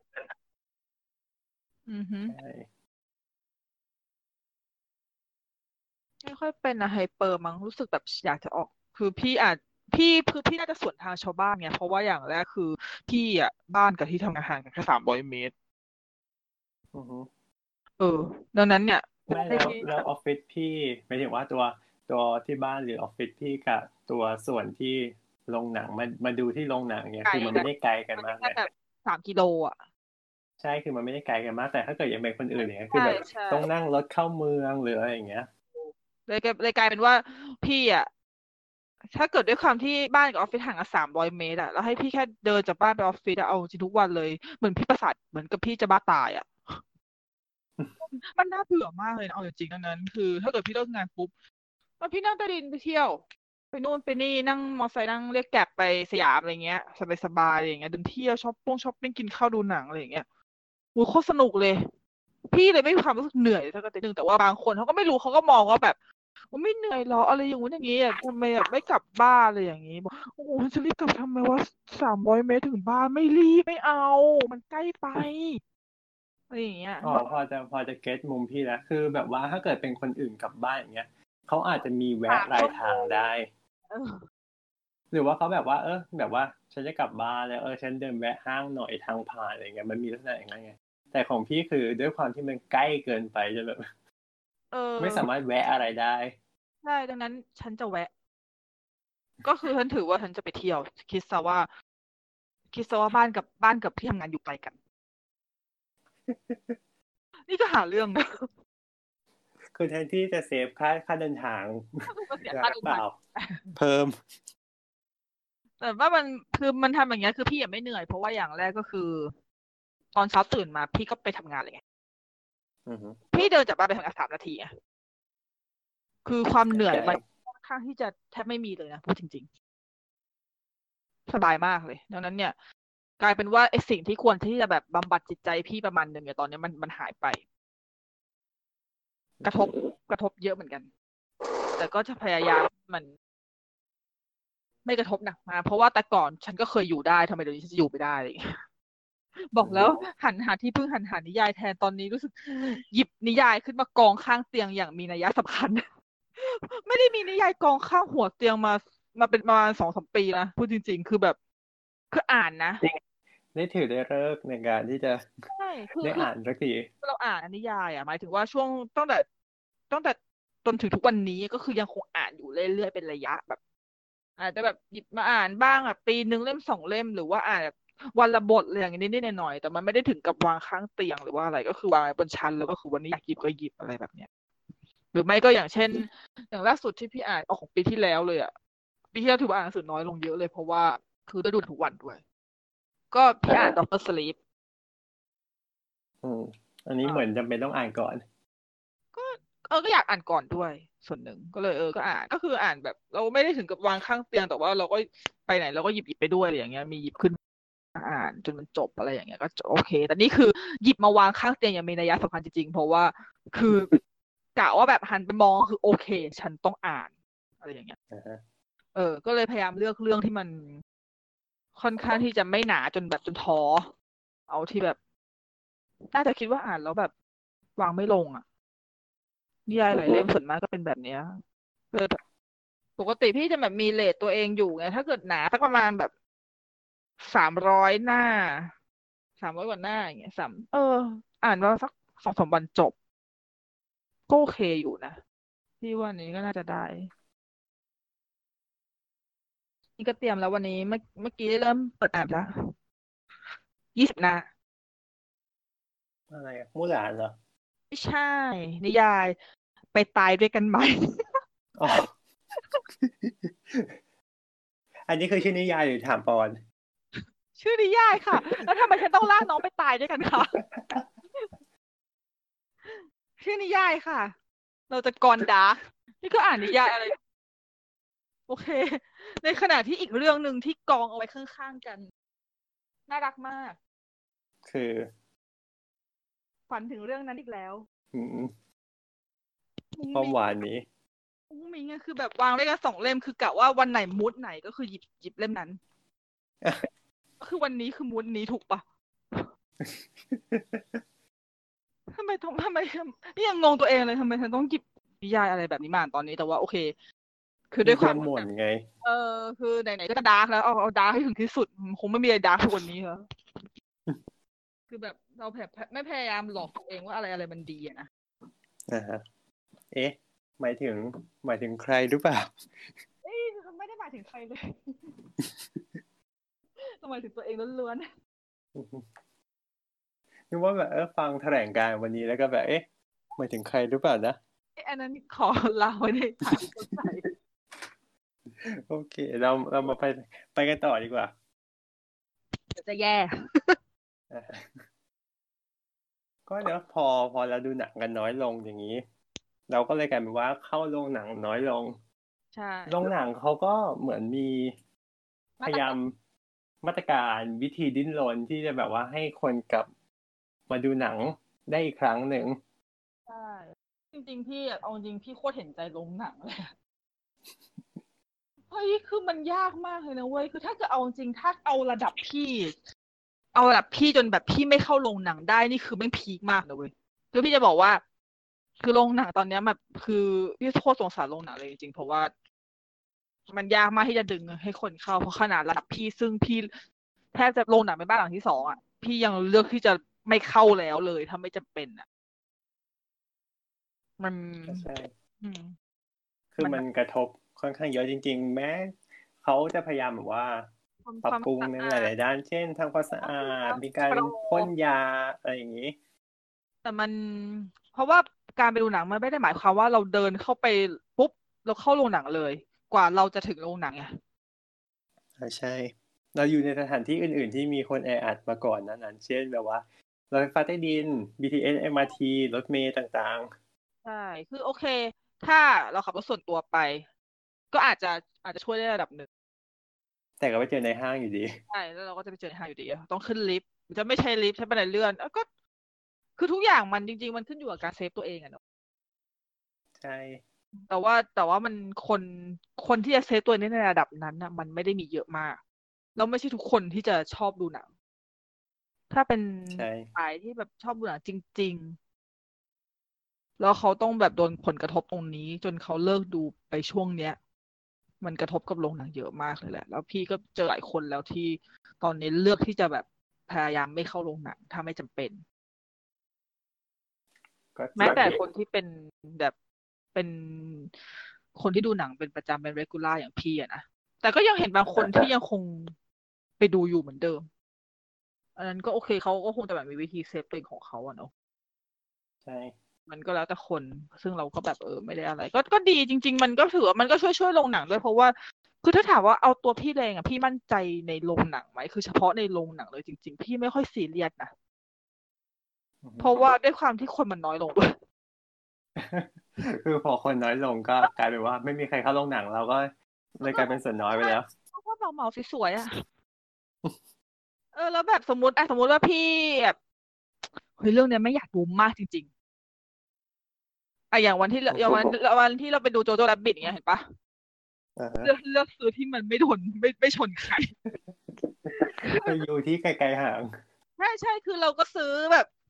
อือฮึใช่ไม่ค่อยเป็นนะไฮเปอร์มั้งรู้สึกแบบอยากจะออกคือพี่น่าจะสวนทางชาวบ้านไงเพราะว่าอย่างแรกคือพี่อ่ะบ้านกับที่ทำงานห่างกันแค่300 เมตรอือฮึเออดังนั้นเนี่ยไม่แล้วให้พี่แล้วออฟฟิศพี่หมายถึงว่าตัวที่บ้านหรือออฟฟิศพี่กับตัวส่วนที่โรงหนังมาดูที่โรงหนังเนี่ยไกลคือมันไม่ได้ไกลกันมันมากเลยแค่แบบ3 กิโลอ่ะใช่คือมันไม่ได้ไกลกันมากแต่ถ้าเกิดยังเป็นคนอื่นเนี่ยคือใช่แบบใช่ต้องนั่งรถเข้าเมืองหรืออะไรอย่างเงี้ยเลยกลายเป็นว่าพี่อ่ะถ้าเกิดด้วยความที่บ้านกับออฟฟิศห่างกัน300 เมตรอะแล้วให้พี่แค่เดินจากบ้านไปออฟฟิศอะเอาจริงทุกวันเลยเหมือนพี่ประสาทเหมือนกับพี่จะบ้าตายอะ มันน่าเบื่อมากเลยนะเอาจริงๆดังนั้นคือถ้าเกิดพี่เลิกงานปุ๊บแล้วพี่นั่งใต้ดินไปเที่ยวไปนู่นไปนี่นั่งมอเตอร์ไซค์นั่งเรียกแกร็บไปสยามอะไรเงี้ยสบายๆอะไรอย่างเงี้ยเดินเที่ยวช้อปปิ้งกินข้าวดูหนังอะไรอย่างเงี้ยโอ้ยโคตรสนุกเลยพี่เลยไม่มีความรู้สึกเหนื่อยสักนิดนึงแต่ว่าบางคนเขาก็ไม่รู้เขาก็มองว่าแบบว่าไม่เหนื่อยหรออะไรอย่างงู้นอย่างงี้อะทำไมแบบไม่กลับบ้านอะไรอย่างงี้บอกโอ้โหจะรีบกลับทำไมว่า300 เมตรถึงบ้านไม่รีบไม่เอามันใกล้ไปอะไรอย่างเงี้ยอ๋อพอจะเก็ตมุมพี่แล้วคือแบบว่าถ้าเกิดเป็นคนอื่นกลับบ้านอย่างเงี้ยเขาอาจจะมีแวะสามชั่วโมรายทางงได้เออหรือว่าเขาแบบว่าแบบว่าฉันจะกลับบ้านแล้วฉันเดินแวะห้างหน่อยทางผ่านอะไรเงี้ยมันมีลักษณะอย่างนั้นไงแต่ของพี่คือด้วยความที่มันใกล้เกินไปจนแบบเอไม่สาอมารถแวะอะไรได้ใช่ดังนั้นฉันจะแวะก็คือฉันถือว่าฉันจะไปเที่ยวคิดซะว่าคิดซะว่าบ้านกับที่ทำงานอยู่ไกลกันนี่ก็หาเรื่องนะคือแทนที่จะเซฟค่าเดินทางก็คือมาเสียกลัค่าบเปล่าเดินทางเพิ่มแต่ว่ามันคือมันทำอย่างเงี้ยคือพี่ยังไม่เหนื่อยเพราะว่าอย่างแรกก็คือตอนเช้าตื่นมาพี่ก็ไปทำงานเลยไงอือฮึพี่เดินจากบ้านไปทำงาน3 นาทีไงคือความเหนื่อยใช่มันค่อนข้างที่จะแทบไม่มีเลยนะพูดจริงๆสบายมากเลยดังนั้นเนี่ยกลายเป็นว่าไอ้สิ่งที่ควรที่จะแบบบำบัดจิตใจพี่ประมาณหนึ่งเนี่ยตอนนี้มันหายไปกระทบกระทบเยอะเหมือนกันแต่ก็จะพยายามมัน ไม่กระทบหนักมากเพราะว่าแต่ก่อนฉันก็เคยอยู่ได้ทำไมเดี๋ยวนี้ฉันจะอยู่ไม่ได้อะไรอย่างเงี้ยบอกแล้วหันหาที่พึ่งหันหานิยายแทนตอนนี้รู้สึกหยิบนิยายขึ้นมากองข้างเตียงอย่างมีนัยสำคัญไม่ได้มีนิยายกองข้างหัวเตียงมาเป็นประมาณ2-3 ปีนะพูดจริงๆคือแบบคืออ่านนะได้ถือได้เลิกษ์ในการที่จะใช่ได้อ่านสักทีเราอ่านนิยายอ่ะหมายถึงว่าช่วงตั้งแต่จนถึงทุกวันนี้ก็คือยังคงอ่านอยู่เรื่อยๆเป็นระยะแบบ อาจจะแบบหยิบมาอ่านบ้างแบบปีหนึ่งเล่ม 2 เล่มหรือว่าอ่านแบบวันละบทอะไรอย่างนี้นิดๆหน่อยๆแต่มันไม่ได้ถึงกับวางข้างเตียงหรือว่าอะไรก็คือวางไว้บนชั้นแล้วก็คือวันนี้อยากหยิบก็หยิบอะไรแบบเนี้ยหรือไม่ก็อย่างเช่นอย่างล่าสุดที่พี่อ่านออกของปีที่แล้วเลยอ่ะปีที่แล้วถือว่าอ่านหนังสือน้อยลงเยอะเลยเพราะว่าคือได้ดูทุกวันด้วยก็พี่อ่านด็อกเตอร์สลีปอันนี้เหมือนจำเป็นต้องอ่านก่อนก็ก็อยากอ่านก่อนด้วยส่วนหนึ่งก็เลยก็อ่านก็คืออ่านแบบเราไม่ได้ถึงกับวางข้างเตียงแต่ว่าเราก็ไปไหนเราก็หยิบไปด้วยอะไรอย่างเงี้ยมีหยิบขึ้น อ่านจนมันจบอะไรอย่างเงี้ยก็โอเคแต่นี่คือหยิบมาวางข้างเตียงอย่างมีนัยสำคัญจริงๆเพราะว่าคือกะว่าแบบหันไปมองคือโอเคฉันต้องอ่านอะไรอย่างเงี้ยก็เลยพยายามเลือกเรื่องที่มันค่อนข้างที่จะไม่หนาจนท้อเอาที่แบบน่าจะคิดว่าอ่านแล้วแบบวางไม่ลงอ่ะนิยายหลายเล่มส่วนมากก็เป็นแบบเนี้ยเลยแบบปกติพี่จะแบบมีเรทตัวเองอยู่ไงถ้าเกิดหนาสักประมาณแบบ300 หน้า300 กว่าหน้าอย่างเงี้ยอ่านว่าสัก2-3 วันจบก็โอเคอยู่นะพี่ว่านี้ก็น่าจะได้นี่ก็เตรียมแล้ววันนี้เมื่อกี้เริ่มเปิดอ่านแล้ว20 หน้าอะไรอะมู่หลานเหรอไม่ใช่นิยายไปตายด้วยกันไหมอ๋อ อันนี้คือชื่อนิยายหรือถามปอนชื่อนิยายค่ะแล้วทำไมฉันต้องลากน้องไปตายด้วยกันคะชื่อนิยายค่ะ เราจะกรดาร์กนี่ก็อ่านนิยายอะไรโอเคในขณะที่อีกเรื่องหนึ่งที่กองเอาไว้ข้างๆกันน่ารักมากคือฝันถึงเรื่องนั้นอีกแล้วอืมมุ้งความมิ้งหวานนี้มุ้งมิ้งอะคือแบบวางได้กัน2 เล่มคือกะว่าวันไหนมูดไหนก็คือหยิบเล่มนั้น ก็คือวันนี้คือมูดนี้ถูกปะทำไมนี่ยังงงตัวเองเลยทำไมฉันต้องหยิบนิยายอะไรแบบนี้มาอ่านตอนนี้แต่ว่าโอเค คือด้มีวยความเพื่อนหม่นไงคือไหนๆก็จะดาร์กแล้วเอาดาร์กให้ถึงที่สุดคงไม่มีอะไรดาร์กกว่านี้แล้วคือแบบเราไม่พยายามหลอกตัวเองว่าอะไรมันดีอะนะฮะ เอ๊ะ หมายถึงใครหรือเปล่าเอ้ยไม่ได้หมายถึงใครเลย หมายถึงตัวเองล้วนนึกว่าแบบฟังแถลงการณ์วันนี้แล้วก็แบบหมายถึงใครหรือเปล่านะๆอันนั้นขอลาไว้ในฐานเข้าใจโอเค เรามาไปกันต่อดีกว่าเดี๋ยวจะแย่อ่ะก็เนอะพอเราดูหนังกันน้อยลงอย่างนี้ เราก็เลยกลายเป็นว่าเข้าโรงหนังน้อยลงใช่โรงหนังเขาก็เหมือนมีพยายามมาตรการวิธีดิ้นรนที่จะแบบว่าให้คนกลับมาดูหนังได้อีกครั้งหนึ่งใช่จริงๆพี่เอาจริงพี่โคตรเห็นใจโรงหนังเลยอะเฮ้ยคือมันยากมากเลยนะเว้ยคือถ้าเกิดเอาจริงถ้าเอาระดับพี่ เอาระดับพี่จนแบบพี่ไม่เข้าโรงหนังได้นี่คือแม่งพีคมากนะเว้ยคือพี่จะบอกว่าคือโรงหนังตอนเนี้ยแบบคือพี่โคตรสงสารโรงหนังเลยจริงๆเพราะว่ามันยากมากที่จะดึงให้คนเข้าเพราะขนาดระดับพี่ซึ่งพี่แทบจะโรงหนังเป็นบ้านหลังที่2อ่ะพี่ยังเลือกที่จะไม่เข้าแล้วเลยถ้าไม่จำเป็นอ่ะมันใช่อืมคือมันมันกระทบค่อนข้างเยอะจริงๆแม้เขาจะพยายามแบบว่าปรับความปรุงสะในหอาดลายๆด้านเช่นทำความสะอาดมีการโปรพ่นยาอะไรอย่างนี้แต่มันเพราะว่าการไปดูหนังมันไม่ได้หมายความว่าเราเดินเข้าไปปุ๊บเราเข้าโรงหนังเลยกว่าเราจะถึงโรงหนังไงใช่เราอยู่ในสถานที่อื่นๆที่มีคนแออัดมาก่อนนั้นเช่นแบบว่ารถไฟฟ้าใต้ดิน BTS MRT รถเมล์ต่างใช่คือโอเคถ้าเราขับรถส่วนตัวไปก็อาจจะช่วยได้ระดับหนึ่งๆแต่ก็ไปเจอในห้างอยู่ดีใช่แล้วเราก็จะไปเจอในห้างอยู่ดีอะต้องขึ้นลิฟต์หรือจะไม่ใช้ลิฟต์ใช้บันไดเลื่อนก็คือทุกอย่างมันจริงๆมันขึ้นอยู่กับการเซฟตัวเองอะเนาะใช่แต่ว่ามันคนที่จะเซฟตัวเองในระดับนั้นนะมันไม่ได้มีเยอะมากแล้วไม่ใช่ทุกคนที่จะชอบดูหนังถ้าเป็นใช่สายที่แบบชอบดูหนังจริงๆแล้วเขาต้องแบบโดนผลกระทบตรงนี้จนเขาเลิกดูไปช่วงเนี้ยมันกระทบกับโรงหนังเยอะมากเลยแหละแล้วพี่ก็เจอหลายคนแล้วที่ตอนนี้เลือกที่จะแบบพยายามไม่เข้าโรงหนังถ้าไม่จำเป็นก็จแม้แต่ริงคนที่เป็นแบบเป็นคนที่ดูหนังเป็นประจำเป็น regular อย่างพี่อะนะแต่ก็ยังเห็นบางคนที่ยังคงไปดูอยู่เหมือนเดิมอันนั้นก็โอเคเขาก็คงจะแบบมีวิธีเซฟตัวเองของเขาอะเนาะใช่มันก็แล้วแต่คนซึ่งเราก็แบบไม่ได้อะไรก็ดีจริงๆมันก็ถือว่ามันก็ช่วยลงหนังด้วยเพราะว่าคือถ้าถามว่าเอาตัวพี่เองอ่ะพี่มั่นใจในโรงหนังไหมคือเฉพาะในโรงหนังเลยจริงๆพี่ไม่ค่อยซีเรียสนะเพราะว่าด้วยความที่คนมันน้อยลงด้วยคือพอคนน้อยลงก็กลายเป็นว่าไม่มีใครเข้าโรงหนังเราก็เลยกลายเป็นส่วนน้อยไปแล้วเพราะว่าเหมาสวยๆอ่ะแล้วแบบสมมติว่าพี่แบบเฮ้ยเรื่องเนี้ยไม่อยากดูมากจริงๆอย่างวันที่เราอย่างวันที่เราไปดูโจโจ้แรบบิทอย่างเงี้ยเห็นปะเลือกซื้อที่มันไม่โดนไม่ชนใครไปอยู่ที่ไกลๆห่างใช่คือเราก็ซื้อแบบ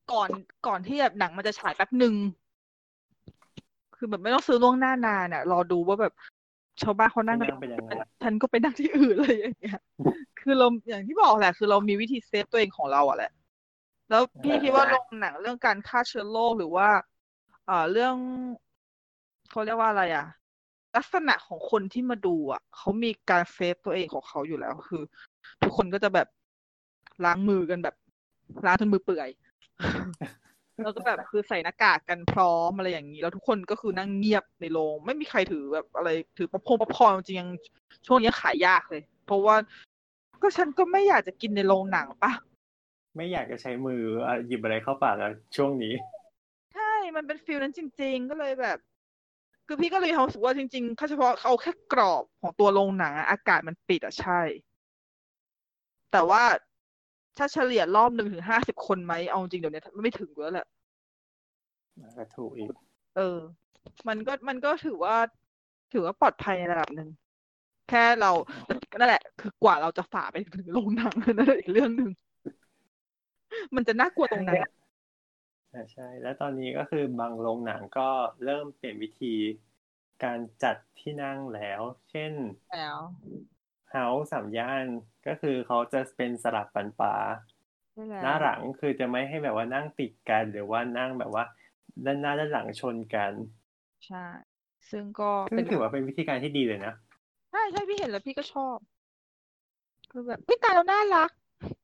ก่อนก่อนที่แบบหนังมันจะฉายแป๊บหนึ่งคือแบบไม่ต้องซื้อล่วงหน้านานอ่ะรอดูว่าแบบชาวบ้านเขานั่งกันนั่งเป็นยังไงฉันก็ไปนั่งที่อื่นเลยอย่างเงี้ยคือเราอย่างที่บอกแหละคือเรามีวิธีเซฟตัวเองของเราอ่ะแหละแล้วพี่คิดว่าโรงหนังเรื่องการฆ่าเชื้อโรคหรือว่าเรื่องเขาเรียกว่าอะไรอ่ะลักษณะของคนที่มาดูอ่ะเขามีการเซฟตัวเองของเขาอยู่แล้วคือทุกคนก็จะแบบล้างมือกันแบบล้างจนมือเปื่อย แล้วก็แบบคือใส่หน้ากากกันพร้อมอะไรอย่างนี้แล้วทุกคนก็คือนั่งเงียบในโรงไม่มีใครถือแบบอะไรถือป๊อปคอร์นจริงๆยังช่วงนี้ขายยากเลยเพราะว่าก็ฉันก็ไม่อยากจะกินในโรงหนังปะไม่อยากจะใช้มือหยิบอะไรเข้าปากแล้วช่วงนี้ใช่มันเป็นฟิลนั้นจริงๆก็เลยแบบคือพี่ก็เลยมีความรู้สึกว่าจริงๆถ้าเฉพาะเอาแค่กรอบของตัวโรงหนังอะอากาศมันปิดอะใช่แต่ว่าถ้าเฉลี่ยรอบ1 ถึง 50 คนไหมเอาจริงเดี๋ยวนี้ไม่ถึงแล้วแหละก็ถูกอีกเออมันก็ถือว่าปลอดภัยในระดับหนึ่งแค่เรานั่นแหละคือกว่าเราจะฝ่าไปถึงโรงหนังนั่นอีกเรื่องหนึ่งมันจะน่ากลัวตรงนั้นใช่แล้วตอนนี้ก็คือบางโรงหนังก็เริ่มเปลี่ยนวิธีการจัดที่นั่งแล้ว เช่นแล้วเฮาส์3 ย่านก็คือเขาจะเป็นสลับปันป่าใช่แล้หน้าวหลังคือจะไม่ให้แบบว่านั่งติดกันหรือว่านั่งแบบว่าด้านหน้าด้านหลังชนกันใช่ซึ่งก็ซึ่งเป็นถือว่าเป็นวิธีการที่ดีเลยนะใช่ใช่พี่เห็นแล้วพี่ก็ชอบคือแบบตายแล้วน่ารัก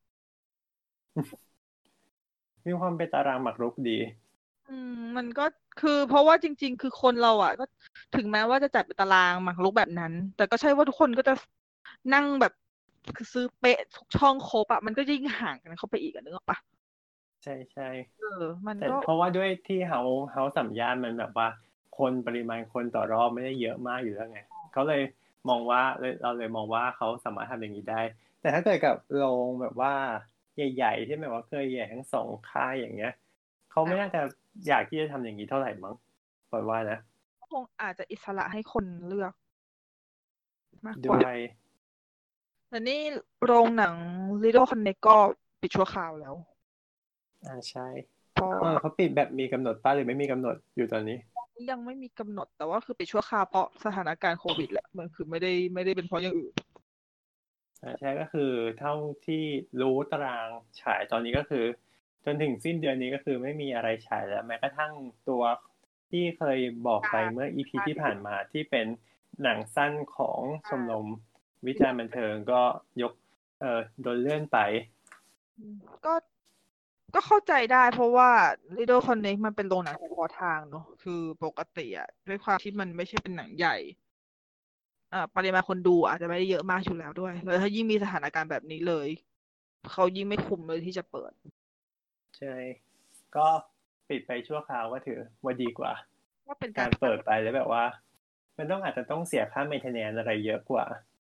มีความเป็นตารางหมากรุกดีมันก็คือเพราะว่าจริงๆคือคนเราอ่ะก็ถึงแม้ว่าจะจัดเป็นตารางหมากรุกแบบนั้นแต่ก็ใช่ว่าทุกคนก็จะนั่งแบบคือซื้อเป๊ะทุกช่องครบอ่ะมันก็ยิ่งห่างกันเข้าไปอีกนึกออกปะใช่ใช่มันแต่ก็เพราะว่าด้วยที่เฮาส์3 ย่านมันแบบว่าคนปริมาณคนต่อรอบไม่ได้เยอะมากอยู่แล้วไงเขาเลยมองว่าเราเลยมองว่าเขาสามารถทำอย่างนี้ได้แต่ถ้าเกิดกับโรงแบบว่าใหญ่ๆที่แบบว่าเคยใหญ่ทั้ง2 ค่ายอย่างเงี้ยเขาไม่น่าจะอยากที่จะทำอย่างนี้เท่าไหร่มั้งปล่อยว่านะคงอาจจะอิสระให้คนเลือกมากกว่าด้วยแต่นี่โรงหนัง Little Connect ก็ปิดชั่วคราวแล้วใช่เพราะว่าเขาปิดแบบมีกำหนดป้ะหรือไม่มีกำหนดอยู่ตอนนี้ยังไม่มีกำหนดแต่ว่าคือปิดชั่วคราวเพราะสถานการณ์โควิดแหละมันคือไม่ได้เป็นเพราะอย่างอื่นใช่ก็คือเท่าที่รู้ตารางฉายตอนนี้ก็คือจนถึงสิ้นเดือนนี้ก็คือไม่มีอะไรฉายแล้วแม้กระทั่งตัวที่เคยบอกไปเมื่อ EP ที่ผ่านมาที่เป็นหนังสั้นของชมรมวิจารณ์บันเทิงก็ยกโดนเลื่อนไปก็ก็เข้าใจได้เพราะว่า Little Connect มันเป็นโรงหนังเฉพาะทางเนอะคือปกติอะด้วยความที่มันไม่ใช่เป็นหนังใหญ่ปริมาณคนดูอาจจะไม่ได้เยอะมากอยู่แล้วด้วยแล้วถ้ายิ่งมีสถานการณ์แบบนี้เลยเขายิ่งไม่คุ้มเลยที่จะเปิดใช่ก็ปิดไปชั่วคราวก็ถือว่าดีกว่าว่าเป็นการการเปิดไปแล้วแบบว่ามันอาจจะต้องเสียค่า maintenance อะไรเยอะกว่า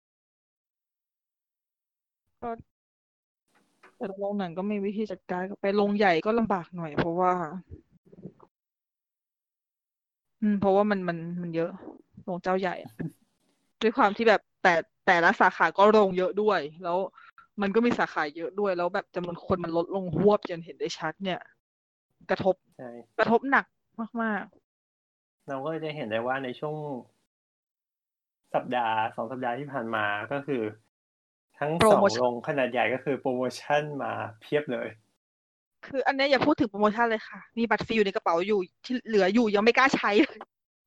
ก็แต่โรงหนังก็มีวิธีจัดการไปโรงใหญ่ก็ลำบากหน่อยเพราะว่ามันเยอะโรงเจ้าใหญ่อะด้วยความที่แบบแต่ละสาขาก็โรงเยอะด้วยแล้วมันก็มีสาขาเยอะด้วยแล้วแบบจำนวนคนมันลดลงหวบจนเห็นได้ชัดเนี่ยกระทบใช่กระทบหนักมากเราก็จะเห็นได้ว่าในช่วง 2 สัปดาห์ที่ผ่านมาก็คือทั้งๆโปรโมชั่น 2 โรงขนาดใหญ่ก็คือโปรโมชั่นมาเพียบเลยคืออันเนี้ยอย่าพูดถึงโปรโมชั่นเลยค่ะมีบัตรฟรีอยู่ในกระเป๋าอยู่ที่เหลืออยู่ยังไม่กล้าใช้เลย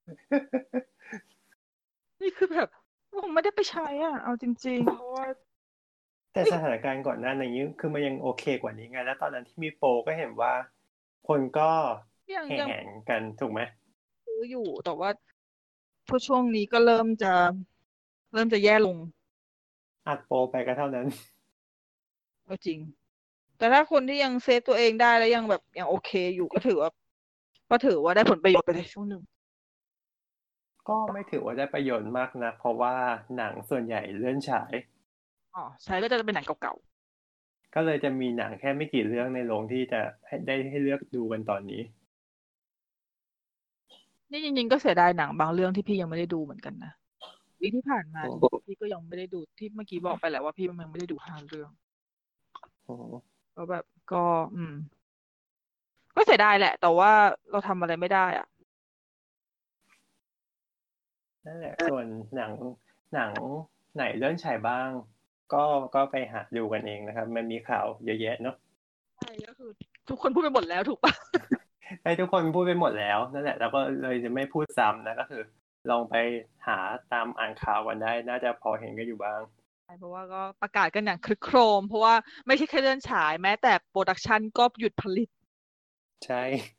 นี่คือแบบผมไม่ได้ไปใช้อ่ะเอาจริงๆเพราะว่าแต่สถานการณ์ก่อนหน้านี้คือมันยังโอเคกว่านี้ไงแล้วตอนนั้นที่มีโปรก็เห็นว่าคนก็แห่ยังแหนกันถูกไหมซื้ออยู่แต่ว่าพอช่วงนี้ก็เริ่มจะแย่ลงอัดโปรไปก็เท่านั้นก็จริงแต่ถ้าคนที่ยังเซฟตัวเองได้แล้วยังแบบยังโอเคอยู่ก็ถือว่าได้ผลประโยชน์ไปในช่วงหนึ่งก็ไม่ถือว่าได้ประโยชน์มากนะเพราะว่าหนังส่วนใหญ่เลื่อนฉายอ๋อใช่ก็จะเป็นหนังเก่าก็เลยจะมีหนังแค่ไม่กี่เรื่องในโรงที่จะให้เลือกดูกันตอนนี้ๆนี่จริงๆก็เสียดายหนังบางเรื่องที่พี่ยังไม่ได้ดูเหมือนกันนะวีคที่ผ่านมาโอ้พี่ก็ยังไม่ได้ดูที่เมื่อกี้บอกไปแล้วว่าพี่ยังไม่ได้ดู5 เรื่องโหก็แบบก็อืมก็เสียดายแหละ แต่ว่าเราทำอะไรไม่ได้อ่ะนั่นแหละส่วนหนังหนังไหนเลื่อนฉายบ้าง ก็ก็ไปหาดูกันเองนะครับ มันมีข่าวเยอะแยะเนาะใช่ก็คือทุกคนพูดไปหมดแล้วถูกปะให้ทุกคนพูดไปหมดแล้วนั่นแหละแล้วก็เลยจะไม่พูดซ้ำนะก็คือ ลองไปหาตามอ่านข่าวกันได้ น่าจะพอเห็นกันอยู่บ้างใช่เพราะว่าก็ประกาศกันอย่างครึกโครมเพราะว่าไม่ใช่แค่เลื่อนฉายแม้แต่โปรดักชันก็หยุดผลิตใช่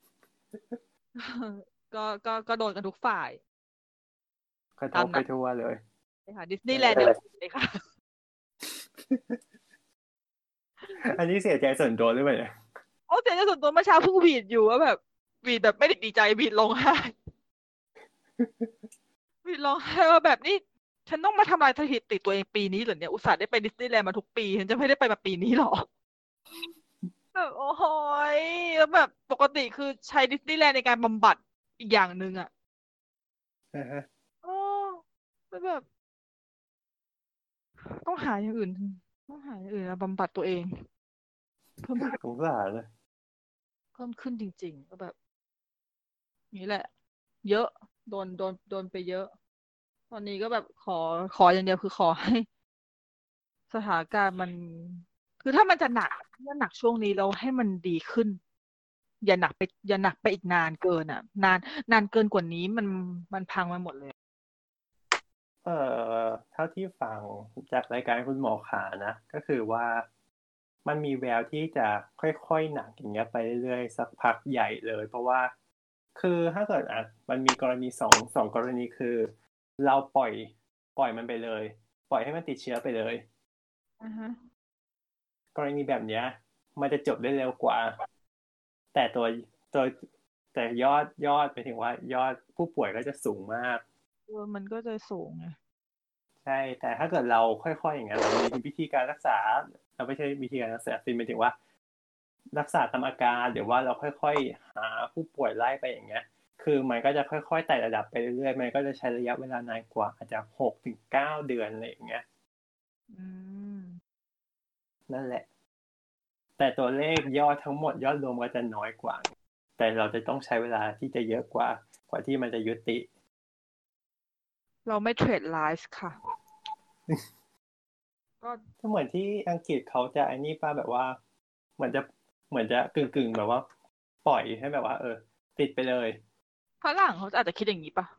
ก็โดนกันทุกฝ่ายกระทตามนั้นบไปทั่วเลยเลยค่ะดิสนีย์แลนด์เดียวเลยค่ะอันนี้เสียใจส่วนตัวหรือเปล่าเนี่ยโอ้เสียใจส่วนตัวเมื่อเช้าเพิ่งหวีดอยู่ว่าแบบหวีดแบบไม่ได้ดีใจหวีดร้องไห้หวีดร้องไห้ว่าแบบนี้ฉันต้องมาทำลายสถิติตัวเองปีนี้เหรอเนี่ยอุตส่าห์ได้ไปดิสนีย์แลนด์มาทุกปีฉันจะไม่ได้ไปมาปีนี้หรอแบบโอ้โหยแล้วแบบปกติคือใช้ดิสนีย์แลนด์ในการบำบัดอีกอย่างหนึ่งอ่ะโอ้แล้วแบบต้องหาอย่างอื่นต้องหาอย่างอื่นมาบำบัดตัวเองเพิ่มขึ้นสงสารเลยเพิ่มขึ้นจริงๆก็แบบนี้แหละเยอะโดนไปเยอะตอนนี้ก็แบบขออย่างเดียวคือขอให้สถานการณ์มันคือถ้ามันจะหนักช่วงนี้เราให้มันดีขึ้นอย่าหนักไปอีกนานเกินอ่ะนานเกินกว่านี้มันพังไปหมดเลยเท่าที่ฟังจากรายการคุณหมอขานะก็คือว่ามันมีแววที่จะค่อยๆหนักอย่างเงี้ยไปเรื่อยๆสักพักใหญ่เลยเพราะว่าคือถ้าเกิดมันมีกรณีสองกรณีคือเราปล่อยมันไปเลยปล่อยให้มันติดเชื้อไปเลยอ่าฮะกรณีแบบเนี้ยมันจะจบได้เร็วกว่าแต่ตัวแต่ยอดไปถึงว่ายอดผู้ป่วยก็จะสูงมากมันก็จะสูงไงใช่แต่ถ้าเกิดเราค่อยๆอย่างเงี้ยเรามีวิธีการรักษาเราไม่ใช่วิธีการรักษาสิหมายถึงว่ารักษาตามอาการหรือว่าเราค่อยๆหาผู้ป่วยไล่ไปอย่างเงี้ยคือมันก็จะค่อยๆไต่ระดับไปเรื่อยๆมันก็จะใช้ระยะเวลานานกว่าอาจจะ6 ถึง 9 เดือนอะไรอย่างเงี้ยอืมนั่นแหละแต่ตัวเลขยอดทั้งหมดยอดรวมก็จะน้อยกว่าแต่เราจะต้องใช้เวลาที่จะเยอะกว่าที่มันจะยุติเราไม่เทรดไลฟ์ค่ะก็ก็เหมือนที่อังกฤษเขาจะไอ้นี่ป้าแบบว่าเหมือนจะเหมือนจะกึ่งแบบว่าปล่อยให้แบบว่าติดไปเลยฝรั่งเขาอาจจะคิดอย่างนี้ปะ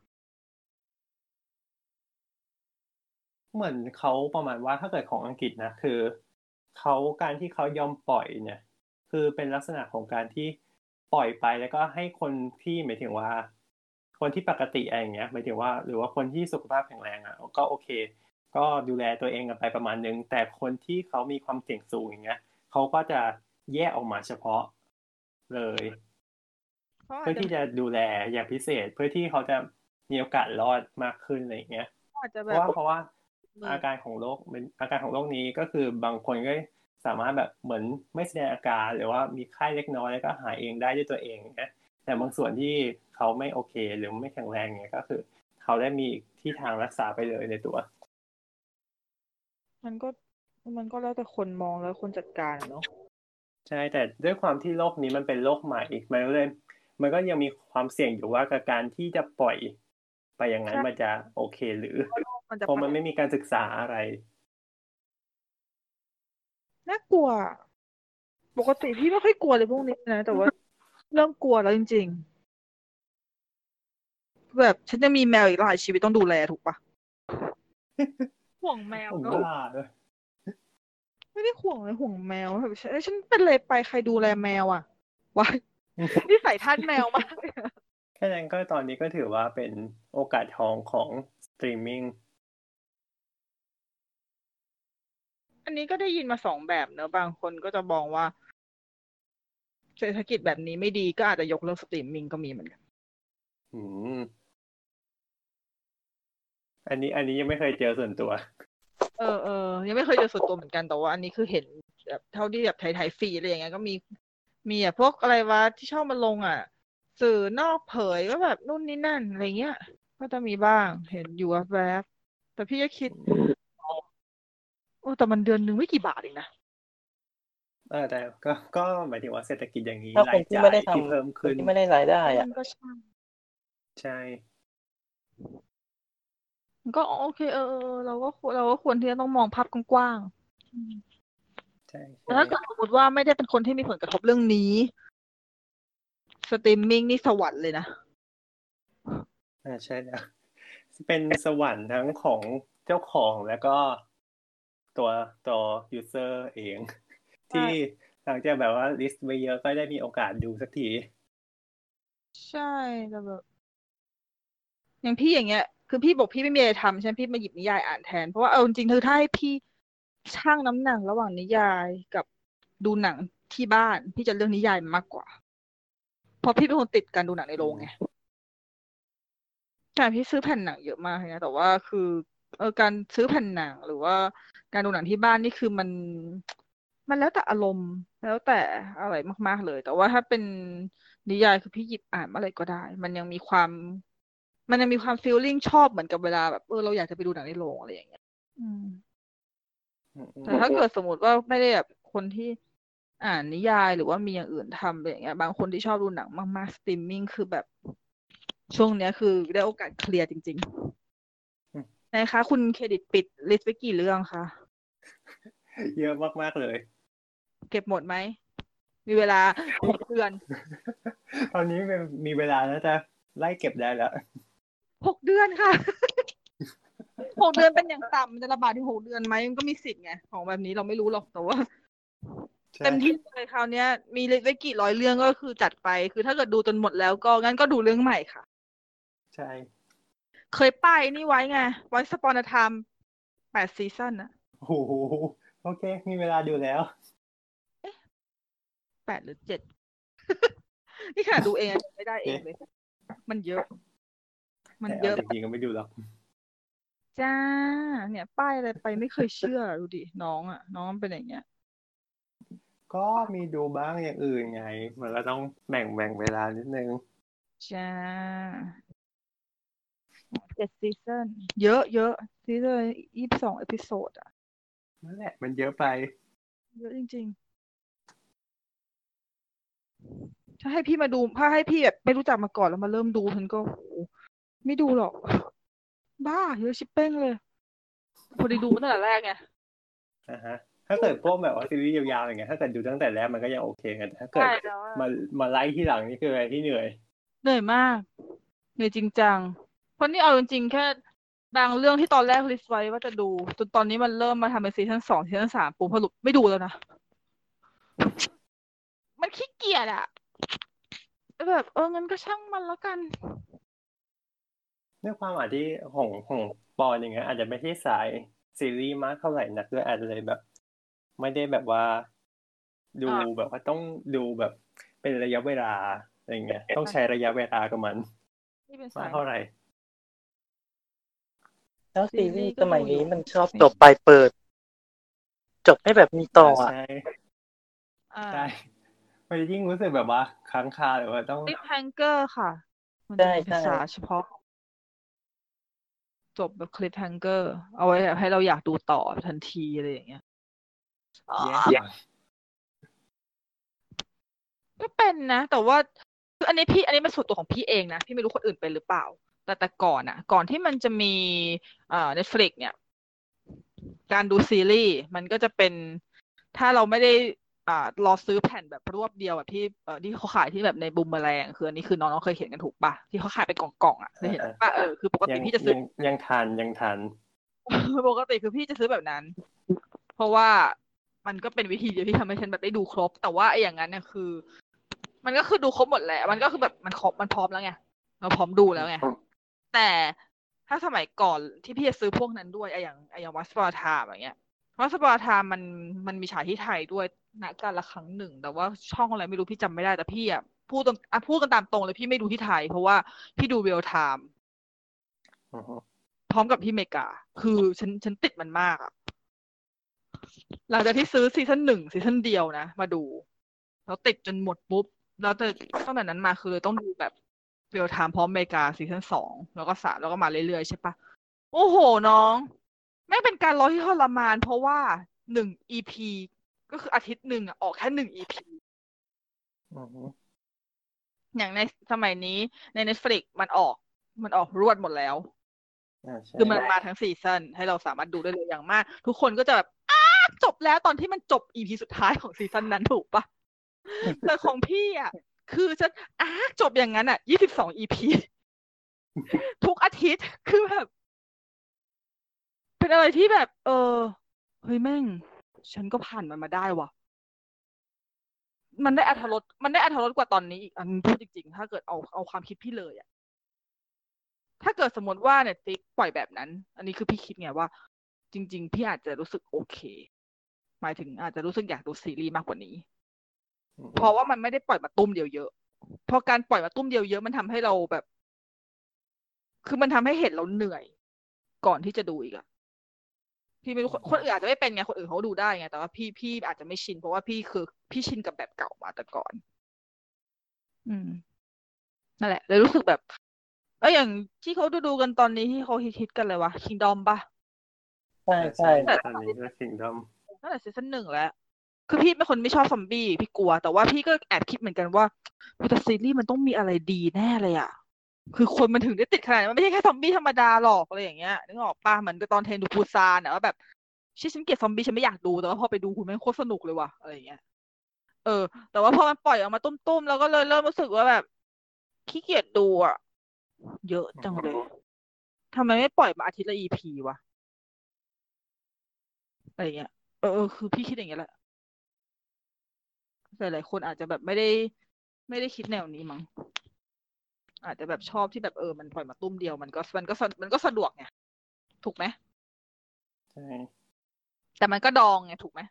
เหมือนเขาประมาณว่าถ้าเกิดของอังกฤษนะคือเขาการที่เขายอมปล่อยเนี่ยคือเป็นลักษณะของการที่ปล่อยไปแล้วก็ให้คนที่หมายถึงว่าคนที่ปกติอะไรอย่างเงี้ยหมายถึงว่าหรือว่าคนที่สุขภาพแข็งแรงอ่ะก็โอเคก็ดูแลตัวเองกันไปประมาณนึงแต่คนที่เขามีความเสี่ยงสูงอย่างเงี้ยเขาก็จะแยกออกมาเฉพาะเลยเขาอาจจะเพื่อที่จะดูแลอย่างพิเศษเพื่อที่เขาจะมีโอกาสรอดมากขึ้นอะไรอย่างเงี้ย เพเขาอาจจะแบบราะว่าเพราะว่ามืออาการของโรคเป็นอาการของโรคนี้ก็คือบางคนก็สามารถแบบเหมือนไม่แสดงอาการหรือว่ามีไข้เล็กน้อยแล้วก็หายเองได้ด้วยตัวเองนะแต่บางส่วนที่เขาไม่โอเคหรือไม่แข็งแรงเนี่ยก็คือเขาได้มีที่ทางรักษาไปเลยในตัวมันก็มันก็แล้วแต่คนมองแล้วคนจัดการอะเนาะใช่แต่ด้วยความที่โรคนี้มันเป็นโรคใหม่มันก็ยังมีความเสี่ยงอยู่ว่าการที่จะปล่อยไปอย่างนั้นมันใช่จะโอเคหรือเพราะโลกมันเพราะจะพัฒนามันไม่มีการศึกษาอะไรน่ากลัวปกติพี่ไม่ค่อยกลัวเลยพวกนี้นะแต่ว่าเริ่มกลัวแล้วจริงๆแบบฉันจะมีแมวอีกหลายชีวิตต้องดูแลถูกปะห่วงแมวเนอะผมว่าด้วยไม่ได้ห่วงเลยห่วงแมวแบบฉันเป็นอะไรไปใครดูแลแมวอ่ะวายนิสัยทาสแมวมากเลยอะแค่นั้นก็ตอนนี้ก็ถือว่าเป็นโอกาสทองของสตรีมมิ่งอันนี้ก็ได้ยินมาสองแบบเนอะบางคนก็จะมองว่าเศรษฐกิจแบบนี้ไม่ดีก็อาจจะยกเลิกสตรีมมิ่งก็มีเหมือนกันอืมอันนี้ยังไม่เคยเจอส่วนตัวเออยังไม่เคยเจอส่วนตัวเหมือนกันแต่ว่าอันนี้คือเห็นแบบเท่าที่แบบไทยฟีอะไรอย่างเงี้ยก็มีแบบพวกอะไรวะที่ชอบมาลงอ่ะสื่อนอกเผยก็แบบนู่นนี่นั่นอะไรเงี้ยก็จะมีบ้างเห็นอยู่แวบๆแต่พี่ก็คิดโอ้แต่มันเดือนหนึ่งไม่กี่บาทเองนะแต่ก็หมายถึงว่าเศรษฐกิจอย่างนี้ถ้าคราน ยที่จ่าไม่ยได้ทที่เพิ่มำคนขึ้นที่ไม่ได้รายได้มัอ่ะนก็ใช่ใช่มันก็โอเคเราก็ควรที่จะต้องมองภาพกว้างๆอืมใช่แต่ถ้าเกิดสมมติว่าไม่ได้เป็นคนที่มีผลกระทบเรื่องนี้ สตรีมมิ่งนี่สวรรค์เลยนะใช่แล้ว เป็นสวรรค์ทั้งของเจ้าของแล้วก็ตัวยูเซอร์เองใช่ที่หลังจากแบบว่าลิสต์ไว้เยอะก็ได้มีโอกาสดูสักทีใช่แต่แบบอย่างพี่อย่างเงี้ย คือพี่บอกพี่ไม่มีอะไรทำใช่ไหมพี่มาหยิบนิยายอ่านแทนเพราะว่าเอาจริงๆถ้าให้พี่ชั่งน้ำหนักระหว่างนิยายกับดูหนังที่บ้านพี่จะเลือกนิยายมากกว่า เพราะพี่เป็นคนติดการดูหนังในโรงไงแต่พี่ซื้อแผ่นหนังเยอะมากนะแต่ว่าคือการซื้อแผ่นหนังหรือว่าการดูหนังที่บ้านนี่คือมันแล้วแต่อารมณ์แล้วแต่อะไรมากๆเลย แต่ว่าถ้าเป็นนิยายคือพี่หยิบอ่านเมื่อไหร่ก็ได้ มันยังมีความฟีลลิ่งชอบเหมือนกับเวลาแบบเราอยากจะไปดูหนังในโรงอะไรอย่างเงี้ยแต่ถ้าเกิดสมมติว่าไม่ได้แบบคนที่อ่านนิยายหรือว่ามีอย่างอื่นทำอะไรอย่างเงี้ยบางคนที่ชอบดูหนังมากๆสตรีมมิ่งคือแบบช่วงเนี้ยคือได้โอกาสเคลียร์จริงๆนะคะคุณเครดิตปิดลิสต์ไว้กี่เรื่องคะเยอะมากๆเลยเก็บหมดไหมมีเวลา6 เดือนตอนนี้มีเวลาแล้วจะไล่เก็บได้แล้ว 6 เดือนค่ะ 6 เดือนเป็นอย่างต่ำมันจะระบาดถึง6 เดือนไหมมันก็มีสิทธิ์ไงของแบบนี้เราไม่รู้หรอกแต่ว่าเต็มที่เลยคราวนี้มีลิสต์ไว้กี่ร้อยเรื่องก็คือจัดไปคือถ้าเกิดดูจนหมดแล้วก็งั้นก็ดูเรื่องใหม่ค่ะใช่เคยป้ายนี่ไว้ไงไว้สปอนไทม์8 ซีซั่นอะโอ้โหโอเคมีเวลาดูแล้ว 8 หรือ 7 นี่ขนาดดูเองไม่ได้เองเลยมันเยอะจริงๆก็ไม่ดูหรอกจ้าเนี่ยป้ายอะไรไปไม่เคยเชื่อดูดิน้องมันเป็นอย่างเงี้ยก็มีดูบ้างอย่างอื่นไงมันก็ต้องแบ่งเวลานิดนึงจ้า7 ซีซั่นเยอะซีซั่น22 เอพิโซดอ่ะนั่นแหละมันเยอะไปเยอะจริงๆถ้าให้พี่มาดูถ้าให้พี่แบบไม่รู้จักมาก่อนแล้วมาเริ่มดูฉันก็โหไม่ดูหรอกบ้าเยอะชิบเป้งเลยพอดีดูตั้งแต่แรกไงถ้าเกิดพวกแบบว่าซีรีส์ยาวๆอย่างเงี้ยถ้าเกิดดูตั้งแต่แรกมันก็ยังโอเคกันถ้าเกิดมาไล่ที่หลังนี่คืออะไรที่เหนื่อยมากเหนื่อยจริงจังเพราะนี่เอาจริงๆแค่บางเรื่องที่ตอนแรกลิสต์ไว้ว่าจะดูจนตอนนี้มันเริ่มมาทำเป็นซีซั่น 2ซีซั่น 3ปุ๊บสรุปไม่ดูแล้วนะมันขี้เกียจอะแบบงั้นก็ช่างมันแล้วกันด้วยความที่ของปอนอย่างเงี้ยอาจจะไม่ใช่สายซีรีส์มากเท่าไหร่นักด้วยอาจจะเลยแบบไม่ได้แบบว่าดูแบบว่าต้องดูแบบเป็นระยะเวลาอะไรเงี้ยต้องใช้ระยะเวลากับมันมากเท่าไหร่แล้วซีรีส์สมัยนี้มันชอบจบปลายเปิดจบไม่แบบมีต่ออ่ะใช่มันยิ่งรู้สึกแบบว่าค้างคาหรือว่าต้องคลิปแฮงเกอร์ค่ะมันจะมีภาษาเฉพาะจบแบบคลิปแฮงเกอร์เอาไว้แบบให้เราอยากดูต่อทันทีอะไรอย่างเงี้ยก็เป็นนะแต่ว่าคืออันนี้มันส่วนตัวของพี่เองนะพี่ไม่รู้คนอื่นเป็นหรือเปล่าแต่ก่อนที่มันจะมีNetflix เนี่ยการดูซีรีส์มันก็จะเป็นถ้าเราไม่ได้รอซื้อแผ่นแบบรวบเดียวแบบที่เขาขายที่แบบในบูมเมอแรงคืออันนี้คือน้องๆเคยเห็นกันถูกป่ะที่เขาขายเป็นกล่องๆเคยเห็นป่ะคือปกติพี่จะซื้อยังทันปกติคือพี่จะซื้อแบบนั้นเพราะว่ามันก็เป็นวิธีเดียวที่ทำให้ฉันแบบได้ดูครบแต่ว่าไอ้อย่างนั้นเนี่ยคือมันก็คือดูครบหมดแหละมันก็คือแบบมันครบมันพร้อมแล้วไงเราพร้อมดูแล้วไงแต่ถ้าสมัยก่อนที่พี่จะซื้อพวกนั้นด้วยไอ้อย่างวัสปาทามอย่างเงี้ยวัสปาทามมันมีฉายที่ไทยด้วยณกาลครั้งหนึ่งแต่ว่าช่องอะไรไม่รู้พี่จำไม่ได้แต่พี่พูดกันตามตรงเลยพี่ไม่ดูที่ไทยเพราะว่าพี่ดูเรียลไทม์พร้อมกับที่อเมริกาคือฉันติดมันมากอะหลังจากที่ซื้อซีซั่น 1ซีซั่นเดียวนะมาดูแล้วติดจนหมดปุ๊บแล้วตั้งแต่นั้นมาคือเลยต้องดูแบบเรียลไทม์พร้อมอเมริกาซีซั่น 2แล้วก็3แล้วก็มาเรื่อยๆใช่ปะโอ้โหน้องไม่เป็นการรอที่ทรมานเพราะว่า1 EP ก็คืออาทิตย์หนึ่งออกแค่1 EP อย่างในสมัยนี้ใน Netflix มันออกรวดหมดแล้วคือมันมาทั้งซีซั่นให้เราสามารถดูได้เลยอย่างมากทุกคนก็จะแบบจบแล้วตอนที่มันจบ EP สุดท้ายของซีซั่นนั้นถูกปะ แต่ของพี่คือจะจบอย่างนั้น22 EP ทุกอาทิตย์คือแบบเป็นอะไรที่แบบเฮ้ยแม่งฉันก็ผ่านมันมาได้ว่ะมันได้อรรถรสกว่าตอนนี้อีกอันพูดจริงๆถ้าเกิดเอาความคิดพี่เลยถ้าเกิดสมมติว่าNetflixปล่อยแบบนั้นอันนี้คือพี่คิดไงว่าจริงๆพี่อาจจะรู้สึกโอเคหมายถึงอาจจะรู้สึกอยากดูซีรีส์มากกว่านี้เพราะว่ามันไม่ได้ปล่อยมาตุ้มเดียวเยอะพอการปล่อยมาตุ้มเดียวเยอะมันทำให้เราแบบคือมันทำให้เห็นเราเหนื่อยก่อนที่จะดูอีกพี่ไม่รู้คนอื่นอาจจะไม่เป็นไงคนอื่นเขาดูได้ไงแต่ว่าพี่อาจจะไม่ชินเพราะว่าพี่ชินกับแบบเก่ามาแต่ก่อนนั่นแหละเลยรู้สึกแบบอย่างที่เขาดูกันตอนนี้ที่เขาฮิตกันเลยวะ Kingdom ป่ะใช่ตอนนี้ก็ Kingdom นั่นแหละซีซั่น 1แล้วคือพี่เป็นคนไม่ชอบซอมบี้พี่กลัวแต่ว่าพี่ก็แอบคิดเหมือนกันว่าแต่ซีรีส์มันต้องมีอะไรดีแน่เลยคือคนมันถึงได้ติดขนาดนี้มันไม่ใช่แค่ซอมบี้ธรรมดาหรอกอะไรอย่างเงี้ยนึกออกป่ะเหมือนตอนเทรนดูปูซานว่าแบบฉันเกลียดซอมบี้ฉันไม่อยากดูแต่ว่าพอไปดูคุณแม่งโคตรสนุกเลยว่ะอะไรอย่างเงี้ยแต่ว่าพอมันปล่อยออกมาตุ้มๆแล้วก็เลยเริ่มรู้สึกว่าแบบขี้เกียจดูเยอะจังเลยทำไมไม่ปล่อยมาอาทิตย์ละ EP วะอะไรเงี้ยคือพี่คิดอย่างเงี้ยแหละหลายๆคนอาจจะแบบไม่ได้คิดแนวนี้มั้งอาจจะแบบชอบที่แบบมันปล่อยมาตุ้มเดียวมันก็สะดวกไงถูกไหมใช่แต่มันก็ดองไงถูกไหม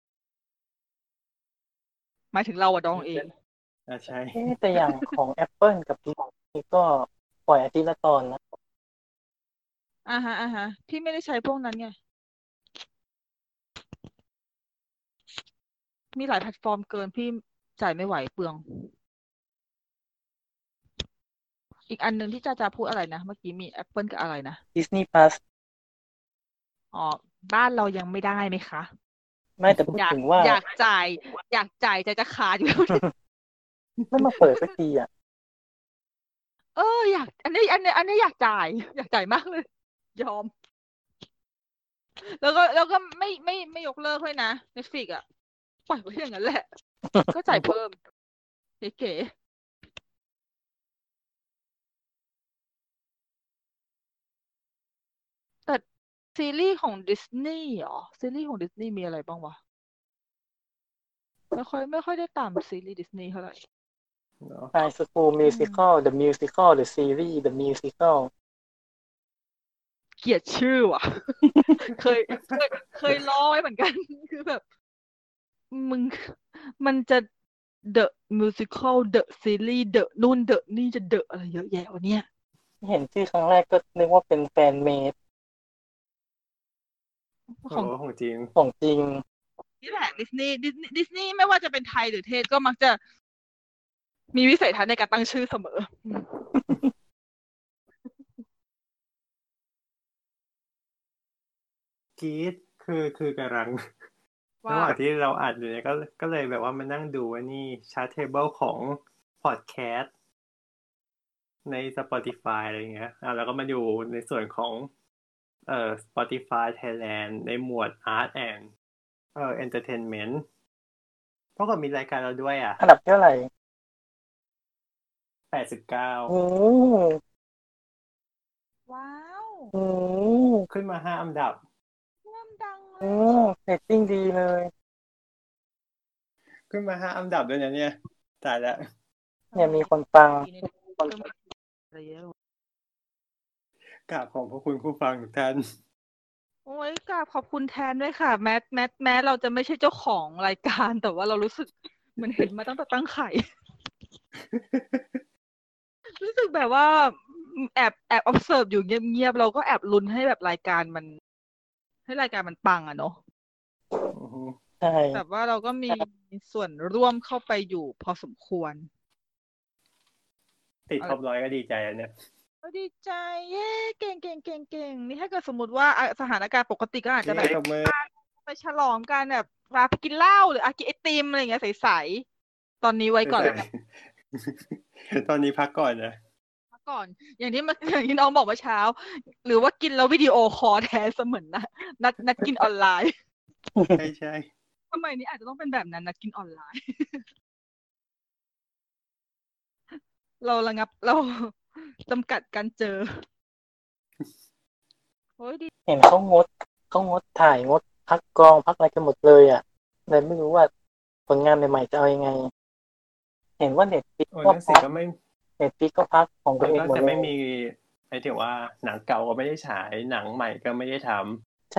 หมายถึงเราดองเองใช่แต่อย่างของ Apple กับ Disney ก็ปล่อยอาทิตย์ละตอนนะฮะพี่ไม่ได้ใช้พวกนั้นไงมีหลายแพลตฟอร์มเกินพี่จ่ายไม่ไหวเปลืองอีกอันหนึ่งที่จะพูดอะไรนะเมื่อกี้มี Apple กับอะไรนะ Disney Plus บ้านเรายังไม่ได้ไหมคะไม่แต่พูดถึงว่าอยากจ่ายจะขาดอยู่แล้วไม่มาเปิดสักทีอยากอันนี้อยากจ่ายมากเลยยอมแล้วก็ไม่ยกเลิกด้วยนะ Netflix ปล่อยไว้อย่างนั้นแหละก็จ่ายเพิ่มเก๋ๆแต่ซีรีส์ของดิสนีย์ซีรีส์ของดิสนีย์มีอะไรบ้างวะไม่ค่อยได้ตามซีรีส์ดิสนีย์เท่าไหร่ High School Musical The Musical The Series The Musical เกลียดชื่อว่ะ เคยรอไว้เหมือนกันคือแบบมึงมันจะ The Musical The Series The นู่น The นี่จะ The อะไรเยอะแยะวะเนี่ยเห็นชื่อครั้งแรกก็นึกว่าเป็นแฟนเมดของจริงนี่แหละดิสนีย์ไม่ว่าจะเป็นไทยหรือเทศก็มักจะมีวิสัยทัศน์ในการตั้งชื่อเสมอกีดคือกำลังระหว่างที่เราอัดอยู่เนี่ยก็เลยแบบว่ามานั่งดูว่านี่ชาร์ตเทเบิลของพอดแคสต์ใน Spotify อะไรเงี้ยแล้วก็มาดูในส่วนของSpotify Thailand ในหมวด Art and Entertainment เพราะก็มีรายการเราด้วยอันดับเท่าไหร่ 89 โอ้ว้าวขึ้นมา5 อันดับดังเรตติ้งดีเลยขึ้นมา5 อันดับด้วยนะเนี่ยตายแล้วเนี่ยมีคนฟังกราบขอบพระคุณผู้ฟังทุกท่านโอ้ยกราบขอบคุณแทนด้วยค่ะแม้เราจะไม่ใช่เจ้าของรายการแต่ว่าเรารู้สึกมันเห็นมาตั้งแต่ตั้งไข่ รู้สึกแบบว่าแอบ observe อยู่เงียบๆเราก็แอบลุ้นให้แบบรายการมันปังเนาะใช่แบบว่าเราก็มีส่วนร่วมเข้าไปอยู่พอสมควรติดท็อป100ก็ดีใจแล้วเนี่ยดีใจเย้เก่งนี่ถ้าเกิดสมมติว่าสถานการณ์ปกติก็อาจจะแบบไปฉลองกันแบบไปกินเหล้าหรือกินไอติมอะไรอย่างเงี้ยใสๆตอนนี้ไว้ก่อนแล้วกันตอนนี้พักก่อนนะพักก่อน อย่างที่อย่างที่น้องบอกเมื่อเช้า หรือว่ากินแล้ววิดีโอคอลแทนเสมือนนะนัดกินออนไลน์ใช่ใช่สมัยนี้อาจจะต้องเป็นแบบนั้นนัดกินออนไลน์ เราระงับเราจำกัดการเจอโอ้ยดีเห็นเขางดถ่ายงดพักกองพักอะไรกันหมดเลยอ่ะเลยไม่รู้ว่าผลงานใหม่ๆจะเอายังไง เห็นว่าเน็ตฟิกโอ้ยก็นั่นสิพักก็ไม่เน็ตฟิกก็พักของตัวเองก็หมดจะเลไม่ยมีไอ้ที่ว่าหนังเก่าก็ไม่ได้ฉายหนังใหม่ก็ไม่ได้ทใช่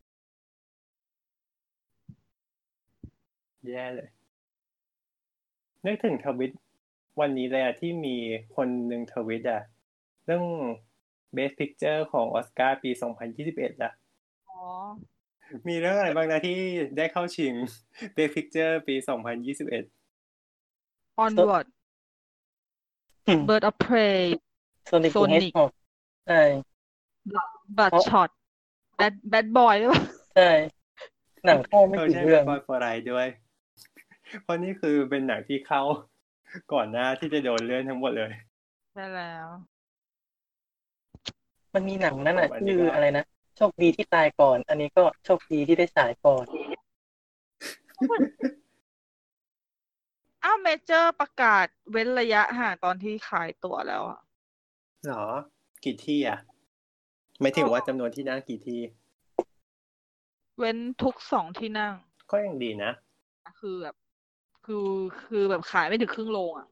ำแย่เลยนึกถึงทวิตวันนี้เลยอะที่มีคนหนึ่งทวิตอะเรื่อง Best Picture ของออสการ์ปี 2021อะอ๋อมีเรื่องอะไรบ้างนะที่ได้เข้าชิง Best Picture ปี 2021 Onward Bird of Prey โซนิกเฮด Sonic ฮอกใช่ Bloodshot Bad Boy หรือเปล่าใช่หนังเข้าไม่กี่ใช่เรื่อง Bad Boy for Life ด้วย เพราะนี่คือเป็นหนังที่เข้าก่อนหน้าที่จะโดนเลื่อนทั้งหมดเลยใช่แล้วมันมีหนังนั้นอ่ะอันนี้ชื่อก็อะไรนะโชคดีที่ตายก่อน อันนี้ก็โชคดีที่ได้ฉายก่อนอ้าวเมเจอร์ประกาศเว้นระยะห่างตอนที่ขายตั๋วแล้วอะหรอ กี่ที่อ่ะ ไม่ถึงว่าจำนวนที่นั่งกี่ที่เว้นทุก2 ที่นั่งก็ยังดีนะคือแบบคือแบบขายไม่ถึงครึ่งโรงอ่ะ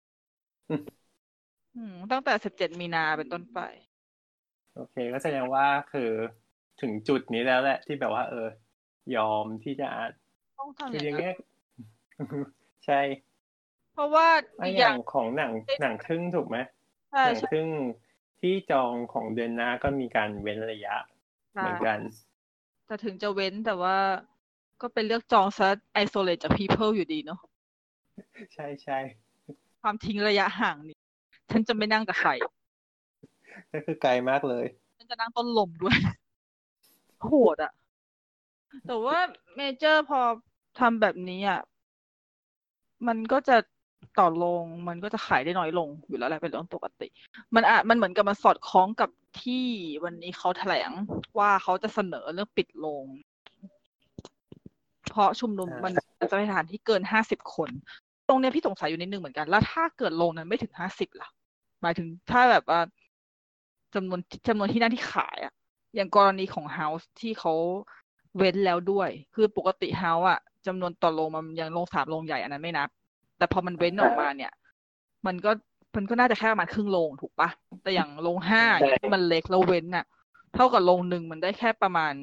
ตั้งแต่17 มีนาเป็นต้นไปโอเค ก็แสดงว่าคือถึงจุดนี้แล้วแหละที่แบบว่า ยอมที่จะต้องทำคือออย่างนั้นเงี้ย ใช่เพราะว่าอ่ะอีกออย่าย่าง งของหนังครึ่งถูกไหมใช่หนังครึ่งที่จองของเดือนหน้าก็มีการเว้นระยะใช่เหมือนกันแต่ถึงจะเว้นแต่ว่าก็เป็นเลือกจองซะ isolate จาก people อยู่ดีเนาะใช่ใช่ความทิ้งระยะห่างนี่ฉันจะไม่นั่งกับใครก็คือไกลมากเลยฉันจะนั่งต้นลมด้วย โหดอ่ะ แต่ว่าเมเจอร์พอทำแบบนี้อ่ะมันก็จะต่อลงมันก็จะขายได้น้อยลงอยู่แล้วแหละเป็นเรื่องปกติ มันเหมือนกับมันสอดคล้องกับที่วันนี้เขาแถลงว่าเขาจะเสนอเรื่องปิดโรง เพราะชุมนุมมันจะเป็นสถานที่เกิน50 คน ตรงเนี้ยพี่สงสัยอยู่นิดนึงเหมือนกัน แล้วถ้าเกิดโรงนั้นไม่ถึง50ล่ะ หมายถึงถ้าแบบว่าจำนวนที่นั่งที่ขายอะอย่างกรณีของ House ที่เขาเว้นแล้วด้วย คือปกติ House อะจำนวนต่อโรงมันยังโรง3 โรงใหญ่อันนั้นไม่นับ แต่พอมันเว้นออกมาเนี่ย มันก็น่าจะแค่ประมาณครึ่งโรงถูกปะแต่อย่างโรง5อย่างเงี้ยที่มันเล็กแล้วเว้นน่ะ เท่ากับโรงหนึ่งมันได้แค่ประมาณ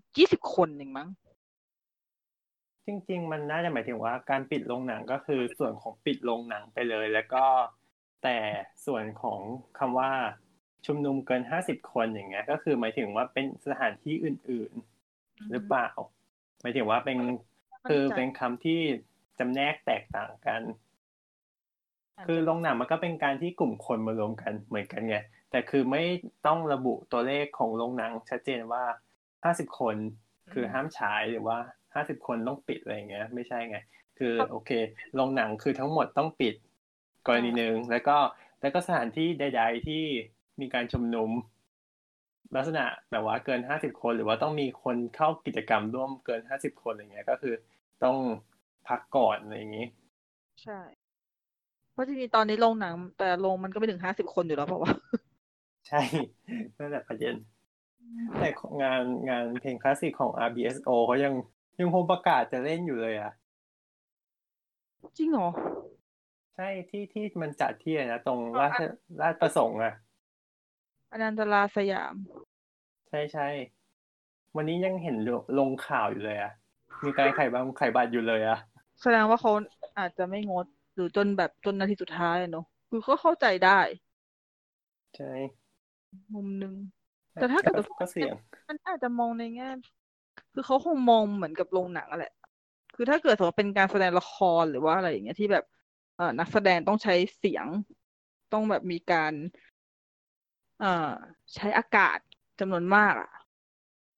20 คนเองมั้งจริงๆ มันน่าจะหมายถึงว่าการปิดโรงหนังก็คือส่วนของปิดโรงหนังไปเลย แล้วก็แต่ส่วนของคำว่าชุมนุมเกิน50 คนอย่างเงี้ย ก็คือหมายถึงว่าเป็นสถานที่อื่นๆหรือเปล่า หมายถึงว่าเป็นคือเป็นคำที่จำแนกแตกต่างกัน คือโรงหนังมันก็เป็นการที่กลุ่มคนมารวมกันเหมือนกันไง แต่คือไม่ต้องระบุตัวเลขของโรงหนังชัดเจนว่า50 คนคือห้ามฉายหรือว่า50 คนต้องปิดอะไรอย่างเงี้ย ไม่ใช่ไง คือโอเคโรงหนังคือทั้งหมดต้องปิดกรณีนึงแล้วก็สถานที่ใดๆที่มีการชุมนุมลักษณะแบบว่าเกิน50 คนหรือว่าต้องมีคนเข้ากิจกรรมร่วมเกิน50 คนอะไรเงี้ยก็คือต้องพักก่อนอะไรอย่างงี้ใช่ เพราะจริงๆตอนนี้โรงหนังแต่โรงมันก็ไม่ถึง50 คนอยู่แล้วเปล่าวะใช่ นั่นแหละประเด็น แต่งานเพลงคลาสสิกของ RBSO เขายังคงประกาศจะเล่นอยู่เลยอ่ะจริงเหรอใช่ที่มันจัดที่นะตรงราชประสงค์อ่ะอนันตลาสยามใช่ใช่วันนี้ยังเห็นลงข่าวอยู่เลยอ่ะ มีการขายบัตรอยู่เลยอ่ะแสดงว่าเขาอาจจะไม่งดหรือจนนาทีสุดท้ายเนอะคือก็เข้าใจได้ใช่มุมนึง แต่ถ้าเกิดก็เสี่ยงมันอาจจะมองในแง่ คือเขาคงมองเหมือนกับโรงหนังอะแหละ คือถ้าเกิดสมมติเป็นการแสดงละครหรือว่าอะไรอย่างเงี้ยที่แบบนักแสดงต้องใช้เสียง ต้องแบบมีการใช้อากาศจำนวนมากอ่ะ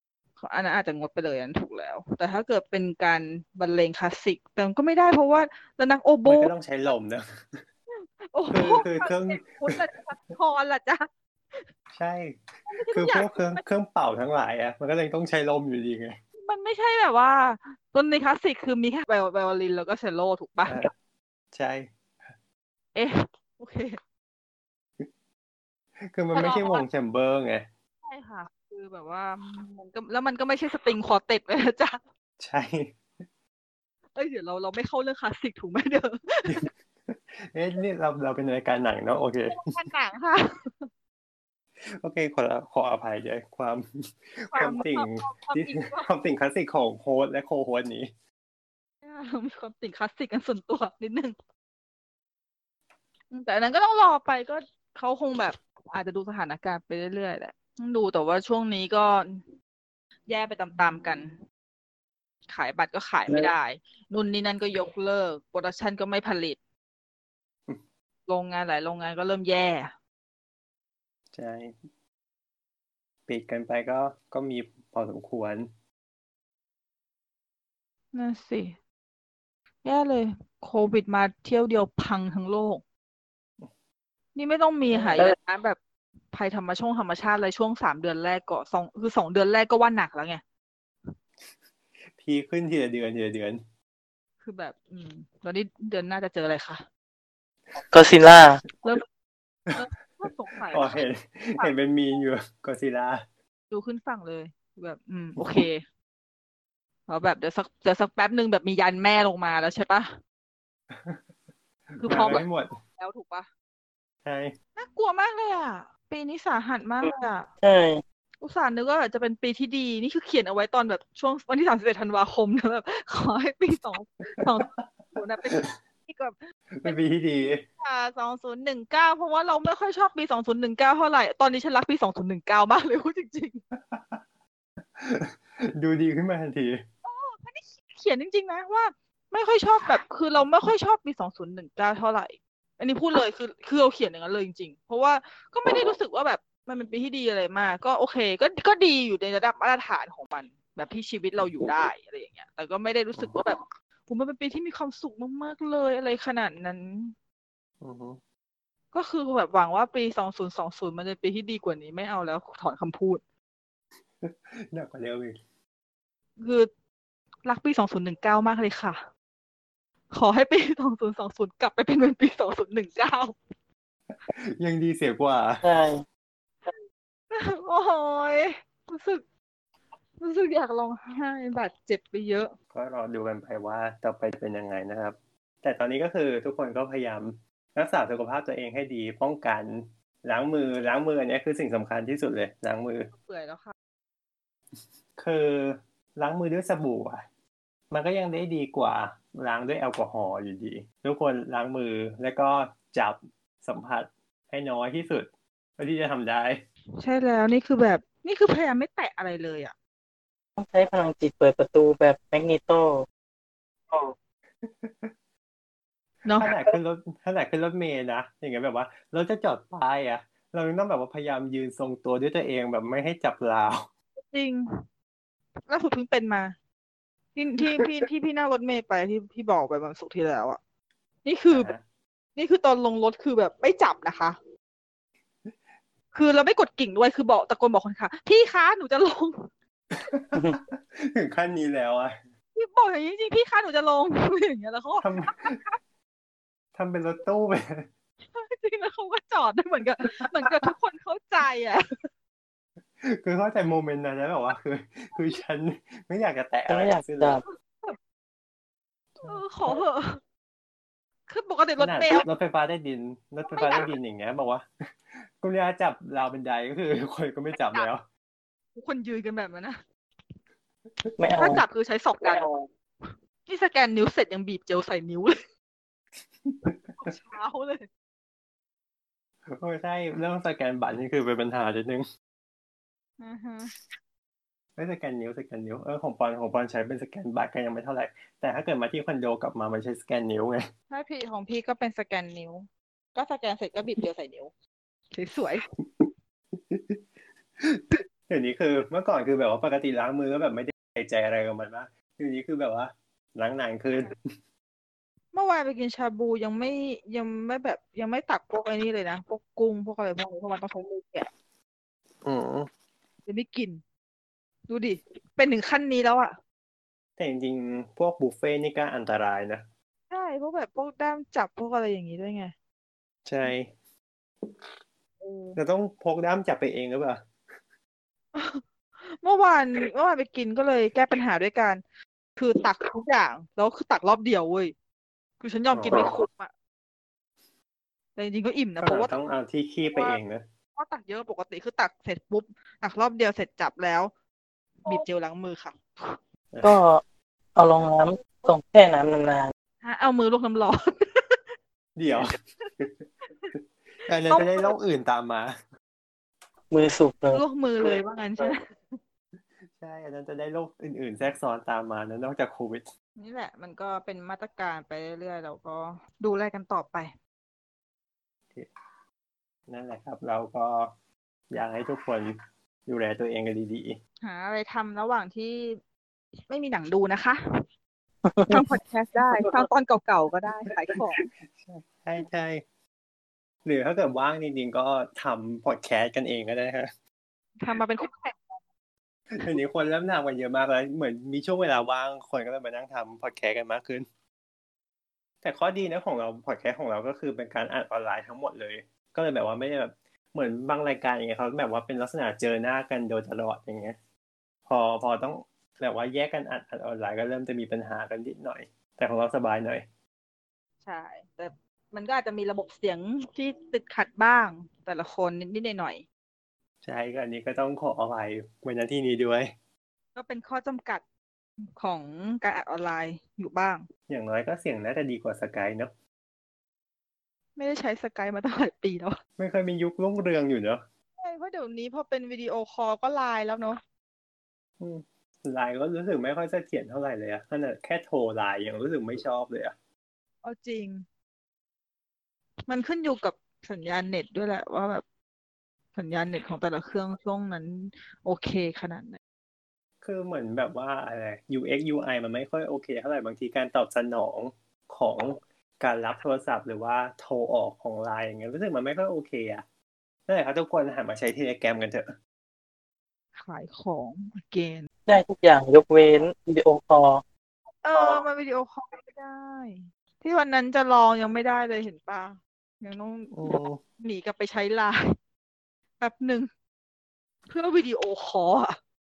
อันนั้นอาจจะงดไปเลยอันถูกแล้ว แต่ถ้าเกิดเป็นการบรรเลงคลาสสิกแต่มันก็ไม่ได้เพราะว่าแล้วนักโอโบมันก็ต้องใช้ลมนะโอ้โหคือเครื่องพุทธละจ้ะคอนละจ้ะใช่ คือพวกเครื่องเป่าทั้งหลายอ่ะมันก็เลยต้องใช้ลมอยู่ดีไงมันไม่ใช่แบบว่าดนตรีคลาสสิกคือมีแค่ไวโอลินแล้วก็เชลโลถูกปะใช่เอ๊ะโอเคคือมันไม่ใช่วงแชมเบอร์ไงใช่ค่ะ คือแบบว่ามันก็ไม่ใช่สตริงควอเต็ตเลยนะจ๊ะใช่เอ้ยเดี๋ยวเราไม่เข้าเรื่องคลาสสิกถูกไหมเด้อนี่เราเป็นรายการหนังเนาะโอเคผนังค่ะโอเคขออภัยด้วยความติ่งความติ่งคลาสสิกของโฮสต์และโคโฮสต์นี้เรามีความติ่งคลาสสิกกันส่วนตัวนิดนึงแต่อันนั้นก็ต้องรอไปก็เขาคงแบบอาจจะดูสถานการณ์ไปเรื่อยๆแหละต้องดูแต่ว่าช่วงนี้ก็แย่ไปตามๆกัน ขายบัตรก็ขายไม่ได้นู่นนี่นั่นก็ยกเลิกโปรดักชันก็ไม่ผลิต โรงงานหลายโรงงานก็เริ่มแย่ใช่ปิดกันไปก็มีพอสมควรนั่นสิแย่เลย โควิดมาเที่ยวเดียวพังทั้งโลก นี่ไม่ต้องมีหายนะแบบภัยธรรมชาติอะไรช่วง3 เดือนแรกก็2 เดือนแรกก็ว่าหนักแล้วไงพีขึ้นทีละเดือนคือแบบตอนนี้เดือนหน้าจะเจออะไรคะก็ซิล่าเริ่มสงสัยอ๋อเห็นเป็นมีนอยู่ก็ซิล่าดูขึ้นฝั่งเลยแบบโอเคเพราะแบบเดี๋ยวสักแป๊บหนึ่งแบบมียันแม่ลงมาแล้วใช่ปะ คือพร้อมไม่หมดแล้วถูกปะใช่น่ากลัวมากเลยอ่ะ ปีนี้สาหัสมากเลยอ่ะใช่อุตส่าห์นึกว่าจะเป็นปีที่ดี นี่คือเขียนเอาไว้ตอนแบบช่วงวันที่31 ธันวาคมนะแบบขอให้ปี20นะเป็นที่แบบเป็นปีที่ดี 2019เพราะว่าเราไม่ค่อยชอบปี2019เท่าไหร่ตอนนี้ฉันรักปี2019มากเลยพูดจริงดูดีขึ้นมาทันทีๆไม่ได้เขียนจริงๆนะว่าไม่ค่อยชอบแบบคือเราไม่ค่อยชอบปี2019เท่าไหร่ อันนี้พูดเลยคือเราเขียนอย่างนั้นเลยจริงๆเพราะว่าก็ไม่ได้รู้สึกว่าแบบมันเป็นปีที่ดีอะไรมาก ก็โอเคก็ดีอยู่ในระดับมาตรฐานของมัน แบบที่ชีวิตเราอยู่ได้อะไรอย่างเงี้ย แต่ก็ไม่ได้รู้สึกว่าแบบผมมันเป็นปีที่มีความสุขมากๆเลยอะไรขนาดนั้น ก็คือแบบหวังว่าปี2020มันจะเป็นปีที่ดีกว่านี้ไม่เอาแล้วถอนคำพูดหนักกว่าเดิมอีกคือรักปี2019มากเลยค่ะ ขอให้ปี2020กลับไปเป็นเหมือนปี2019 ยังดีเสียกว่าใช่โอ้ยรู้สึกอยากร้องไห้บาดเจ็บไปเยอะก็รอดูกันไปว่าต่อไปจะเป็นยังไงนะครับ แต่ตอนนี้ก็คือทุกคนก็พยายามรักษาสุขภาพตัวเองให้ดีป้องกันล้างมืออันนี้คือสิ่งสำคัญที่สุดเลยล้างมือเปื่อยแล้วค่ะคือล้างมือด้วยสบู่อ่ะมันก็ยังได้ดีกว่าล้างด้วยแอลกอฮอล์อยู่ดีทุกคนล้างมือแล้วก็จับสัมผัสให้น้อยที่สุดเท่าที่จะทำได้ใช่แล้วนี่คือพยายามไม่แตะอะไรเลยอ่ะต้องใช้พลังจิตเปิดประตูแบบแมกนีโตเนาะขนาดขึ้นรถเมล์นะอย่างเงี้ยแบบว่าเราจะจอดป้ายอ่ะเราต้องแบบว่าพยายามยืนทรงตัวด้วยตัวเองแบบไม่ให้จับราวจริงล่าสุดเพิ่งเป็นมา ที่พี่นั่งรถเมล์ไปที่พี่บอกไปวันศุกร์ที่แล้วอ่ะนี่คือตอนลงรถคือแบบไม่จับนะคะ คือเราไม่กดกิ่งด้วยคือบอกตะโกนบอกคนค่ะพี่คะหนูจะลงถึงขั้นนี้แล้วอ่ะพี่บอกอย่างนี้จริงๆพี่คะหนูจะลง อย่างเงี้ยแล้วเขาก็ทำเป็นรถตู้ไปจริงแล้วเขาก็จอดได้เหมือนกับทุกคนเข้าใจอ่ะคือเข้าใจโมเมนต์นั้นแล้วแบบว่าคือฉันไม่อยากจะแตะฉันอะไรไม่อยากทั้งสิ้นจับขอเหอะคือปกติขรถนาดเมล์รถไฟฟ้าใต้ดินอย่างเงี้ยบอกว่า คุณยาจับราวบันไดก็คือคนก็ไม่จับแล้วทุกคนยืนกันแบบนั้นนะไม่เอาถ้าจับคือใช้ศอกกันนี่สแกนนิ้วเสร็จยังบีบเจลใส่นิ้วเลย เช้าเลยโอ้ใช่เรื่องสแกนบัตรนี่คือเป็นปัญหานิดนึงอือฮะไม่สแกนนิ้วของปอนใช้เป็นสแกนบัตรก็ยังไม่เท่าไหร่แต่ถ้าเกิดมาที่คอนโดกลับมามันใช้สแกนนิ้วไงถ้าพี่ของพี่ก็เป็นสแกนนิ้ว ก็สแกนเสร็จก็บีบเจลใส่นิ้วสวยแต่ดี๋ยวนี้คือเมื่อก่อนคือแบบว่าปกติล้างมือก็แบบไม่ได้ใส่ใจอะไรกับมันมากเดี๋ยวนี้คือแบบว่าล้างนานขึ้นเมื่อวานไปกินชาบูยังไม่แบบยังไม่ตักพวกไอ้นี่เลยนะพวกกุ้งพวกอะไรพวกนี้เพราะมันต้องใช้มือแกะอืมจะไม่กิน ดูดิเป็นถึงขั้นนี้แล้วอ่ะแต่จริงๆพวกบุฟเฟ่ต์นี่ก็อันตรายนะใช่พวกแบบพวกด้ามจับพวกอะไรอย่างนี้ด้วยไงใช่เออเราต้องพกด้ามจับไปเองหรือเปล่าเมื่อวานไปกินก็เลยแก้ปัญหาด้วยการคือตักทุกอย่างแล้วคือตักรอบเดียวเว้ยคือฉันยอมกินไม่คุ้มอ่ะแต่จริงๆก็อิ่มนะก็เพราะว่าต้องเอาที่คีบไปเองนะเพราะตักเยอะปกติคือตักเสร็จปุ๊บตักรอบเดียวเสร็จจับแล้วบีบเจลล้างมือค่ะก็เอาลงน้ำส่งแช่น้ำนานเอามือลวกน้ำร้อนเดี๋ยว อันนั้นจะได้โรคอื่นตามมาๆมือสุกเลยลวกมือเลยว่างั้นใช่ไหมใช่ อันนั้นจะได้โรคอื่นๆแทรกซ้อนตามมานะนอกจากโควิดนี่แหละมันก็เป็นมาตรการไปเรื่อยๆเราก็ดูแลกันต่อไปนั่นแหละครับ เราก็อยากให้ทุกคนดูแลตัวเองกันดีหาอะไรทำระหว่างที่ไม่มีหนังดูนะคะ ทำพอดแคสต์ได้ฟังตอนเก่าๆก็ได้ขายของๆใช่ใช่หรือถ้าเกิดว่างจริงๆก็ทำพอดแคสต์กันเองก็ได้ครับทำมาเป็นคู่แข่งเดี๋ยวนี้คนเริ่มทำกันเยอะมากแล้วเหมือนมีช่วงเวลาว่างคนก็เลยมานั่งทำพอดแคสต์กันมากขึ้น แต่ข้อดีนะของเราพอดแคสต์ของเราก็คือเป็นการอัดออนไลน์ทั้งหมดเลย ก็เลยแบบว่าไม่ได้แบบเหมือนบางรายการอย่างเงี้ยเขาแบบว่าเป็นลักษณะเจอหน้ากันโดยตลอดอย่างเงี้ย พอต้องแบบว่าแยกกันอัดออนไลน์ก็เริ่มจะมีปัญหากันนิดหน่อย แต่ของเราสบายหน่อยใช่แต่มันก็อาจจะมีระบบเสียงที่ติดขัดบ้าง แต่ละคนนิดๆหน่อยใช่ก็อันนี้ก็ต้องขออภัยไว้ณที่นี้ด้วยๆก็เป็นข้อจำกัดของการอัดออนไลน์อยู่บ้างอย่างน้อยก็เสียงน่าจะดีกว่าสกายเนาะไม่ได้ใช้สกายมาตั้งหลายปีแล้วไม่เคยมียุครุ่งเรืองอยู่เนาะใช่เพราะเดี๋ยวนี้พอเป็นวิดีโอคอลก็ไลน์แล้วเนาะไลน์ก็รู้สึกไม่ค่อยเสถียรเท่าไหร่เลยอะขนาดแค่โทรไลน์ยังรู้สึกไม่ชอบเลยอะเอาจริง มันขึ้นอยู่กับสัญญาณเน็ตด้วยแหละว่าแบบสัญญาณเน็ตของแต่ละเครื่องช่วงนั้นโอเคขนาดไหนคือเหมือนแบบว่าอะไร UX UI มันไม่ค่อยโอเคเท่าไหร่บางทีการตอบสนองของการรับโทรศัพท์หรือว่าโทรออกของไลน์อย่างเงี้ยรู้สึกมันไม่ค่อยโอเคอะนั่นแหละครับทุกคนหันมาใช้ Telegram กันเถอะขายของเกนได้ทุกอย่างยกเว้นวิดีโอคอลมาวิดีโอคอลไม่ได้ ที่วันนั้นจะลองยังไม่ได้เลยเห็นป่ะยังต้องหนีกลับไปใช้ไลน์แป๊บหนึ่งเพื่อวิดีโอคอลอะ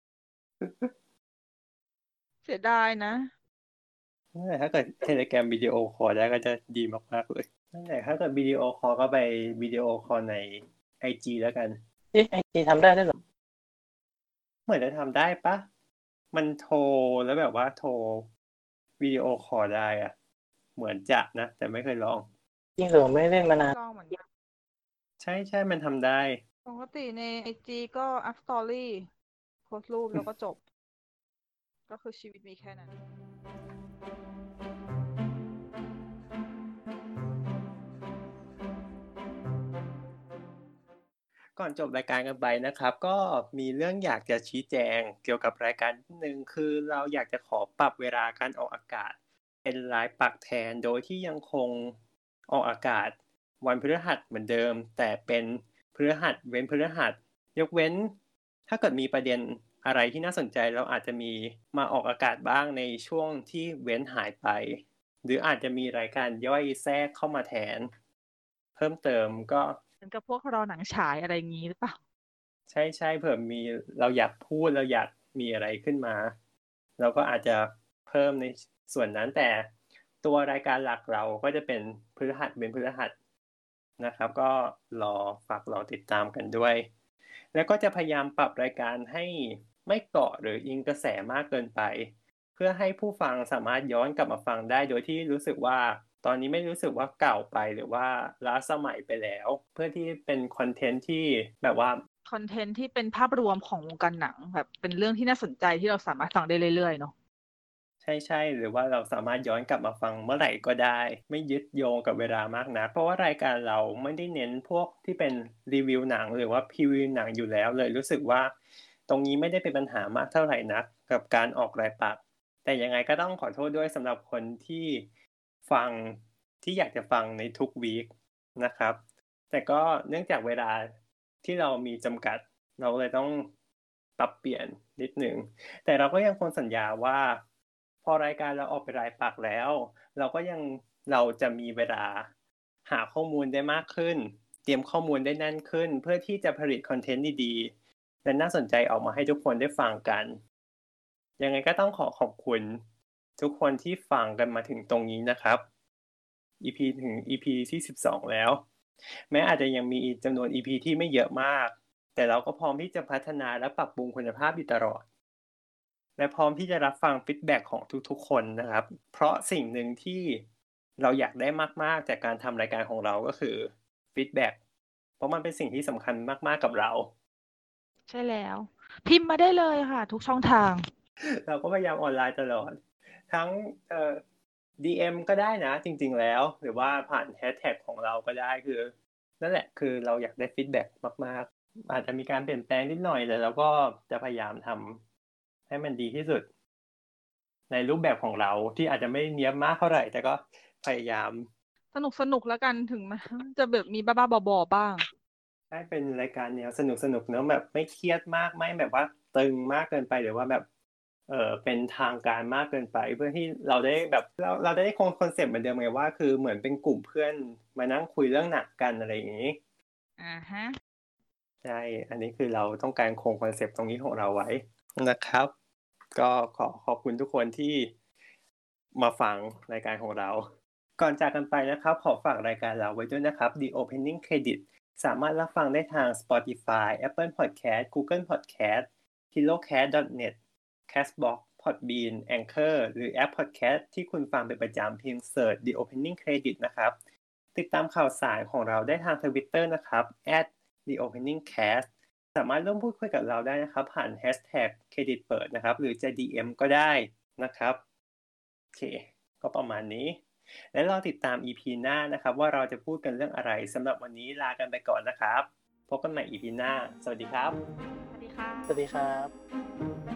เสียดายนะนั่นแหละถ้าเกิด Telegram วิดีโอคอลได้ก็จะดีมากๆเลยนั่นแหละถ้าเกิดวิดีโอคอลก็ไปวิดีโอคอลใน IG แล้วกัน IG ทำได้ด้วยเหรอเหมือนจะทำได้ปะมันโทรแล้วแบบว่าโทรวิดีโอคอลได้อะเหมือนจะนะแต่ไม่เคยลองจริงเหรอไม่เล่นมานานลองเหมือนกันใช่มันทำได้ปกติใน IG ก็อัพสตอรี่โพสต์รูปแล้วก็จบ ก็คือชีวิตมีแค่นั้นก่อนจบรายการกันไปนะครับ ก็มีเรื่องอยากจะชี้แจงเกี่ยวกับรายการหนึ่งคือเราอยากจะขอปรับเวลาการออกอากาศเป็นไลฟ์ปักแทนโดยที่ยังคงออกอากาศวันพฤหัสเหมือนเดิม แต่เป็นพฤหัสเว้นพฤหัสยกเว้นถ้าเกิดมีประเด็นอะไรที่น่าสนใจเราอาจจะมีมาออกอากาศบ้างในช่วงที่เว้นหายไป หรืออาจจะมีรายการย่อยแทรกเข้ามาแทน เพิ่มเติมก็เหมือนกับพวกเราหนังฉายอะไรอย่างนี้หรือเปล่าใช่เผื่อมีเราอยากพูดเราอยากมีอะไรขึ้นมาเราก็อาจจะเพิ่มในส่วนนั้นแต่ตัวรายการหลักเราก็จะเป็นพฤหัสเป็นพฤหัสนะครับก็ฝากรอติดตามกันด้วยแล้วก็จะพยายามปรับรายการให้ไม่เกาะหรืออิงกระแสมากเกินไปเพื่อให้ผู้ฟังสามารถย้อนกลับมาฟังได้โดยที่รู้สึกว่าตอนนี้ไม่รู้สึกว่าเก่าไปหรือว่าล้าสมัยไปแล้วเพื่อที่เป็นคอนเทนต์ที่แบบว่าคอนเทนต์ที่เป็นภาพรวมของวงการหนังแบบเป็นเรื่องที่น่าสนใจที่เราสามารถฟังได้เรื่อยๆเนาะใช่หรือว่าเราสามารถย้อนกลับมาฟังเมื่อไหร่ก็ได้ไม่ยึดโยงกับเวลามากนักเพราะว่ารายการเราไม่ได้เน้นพวกที่เป็นรีวิวหนังหรือว่าพรีวิวหนังอยู่แล้วเลยรู้สึกว่าตรงนี้ไม่ได้เป็นปัญหามากเท่าไหร่นักกับการออกรายปักแต่ยังไงก็ต้องขอโทษด้วยสำหรับคนที่ฟังที่อยากจะฟังในทุกวีคนะครับแต่ก็เนื่องจากเวลาที่เรามีจำกัดเราเลยต้องปรับเปลี่ยนนิดหนึ่งแต่เราก็ยังคงสัญญาว่าพอรายการเราออกไปรายปักแล้วเราจะมีเวลาหาข้อมูลได้มากขึ้นเตรียมข้อมูลได้แน่นขึ้นเพื่อที่จะผลิตคอนเทนต์ดีๆและน่าสนใจออกมาให้ทุกคนได้ฟังกันยังไงก็ต้องขอบคุณทุกคนที่ฟังกันมาถึงตรงนี้นะครับ EP ถึง EP ที่12แล้วแม้อาจจะยังมีจำนวน EP ที่ไม่เยอะมากแต่เราก็พร้อมที่จะพัฒนาและปรับปรุงคุณภาพอยู่ตลอดและพร้อมที่จะรับฟังฟีดแบ็กของทุกๆคนนะครับเพราะสิ่งหนึ่งที่เราอยากได้มากๆจากการทำรายการของเราก็คือฟีดแบ็กเพราะมันเป็นสิ่งที่สำคัญมากๆกับเราใช่แล้วพิมพ์มาได้เลยค่ะทุกช่องทางเราก็พยายามออนไลน์ตลอดทั้งDM ก็ได้นะจริงๆแล้วหรือว่าผ่านแฮชแท็กของเราก็ได้คือนั่นแหละคือเราอยากได้ฟีดแบ็กมากๆอาจจะมีการเปลี่ยนแปลงนิดหน่อยแต่เราก็จะพยายามทำให้มันดีที่สุดในรูปแบบของเราที่อาจจะไม่เนียบมากเท่าไหร่แต่ก็พยายามสนุกแล้วกันถึงมันจะแบบมีบ้าๆบอๆบ้างให้เป็นรายการแนวสนุกเนอะแบบไม่เครียดมากไม่แบบว่าตึงมากเกินไปหรือว่าแบบเป็นทางการมากเกินไปเพื่อที่เราได้แบบเราได้คงคอนเซ็ปต์เหมือนเดิมไงว่าคือเหมือนเป็นกลุ่มเพื่อนมานั่งคุยเรื่องหนักกันอะไรอย่างนี้ฮะใช่อันนี้คือเราต้องการคงคอนเซ็ปต์ตรงนี้ของเราไว้นะครับก็ขอบคุณทุกคนที่มาฟังรายการของเราก่อนจากกันไปนะครับขอฝากรายการเราไว้ด้วยนะครับ The Opening Credit สามารถรับฟังได้ทาง Spotify, Apple Podcast, Google Podcast, pillowcast.net Castbox, Podbean, Anchor หรือแอป Podcast ที่คุณฟังเป็นประจำเพียงเสิร์ช The Opening Credit นะครับติดตามข่าวสารของเราได้ทาง Twitter นะครับ @TheOpeningCast สามารถร่วมพูดคุยกับเราได้นะครับผ่าน Hashtag เครดิตเปิดนะครับหรือจะ DM ก็ได้นะครับโอเคก็ประมาณนี้และรอติดตาม EP หน้านะครับว่าเราจะพูดกันเรื่องอะไรสำหรับวันนี้ลากันไปก่อนนะครับพบกันใหม่ EP หน้าสวัสดีครับสวัสดีค่ะสวัสดีครับ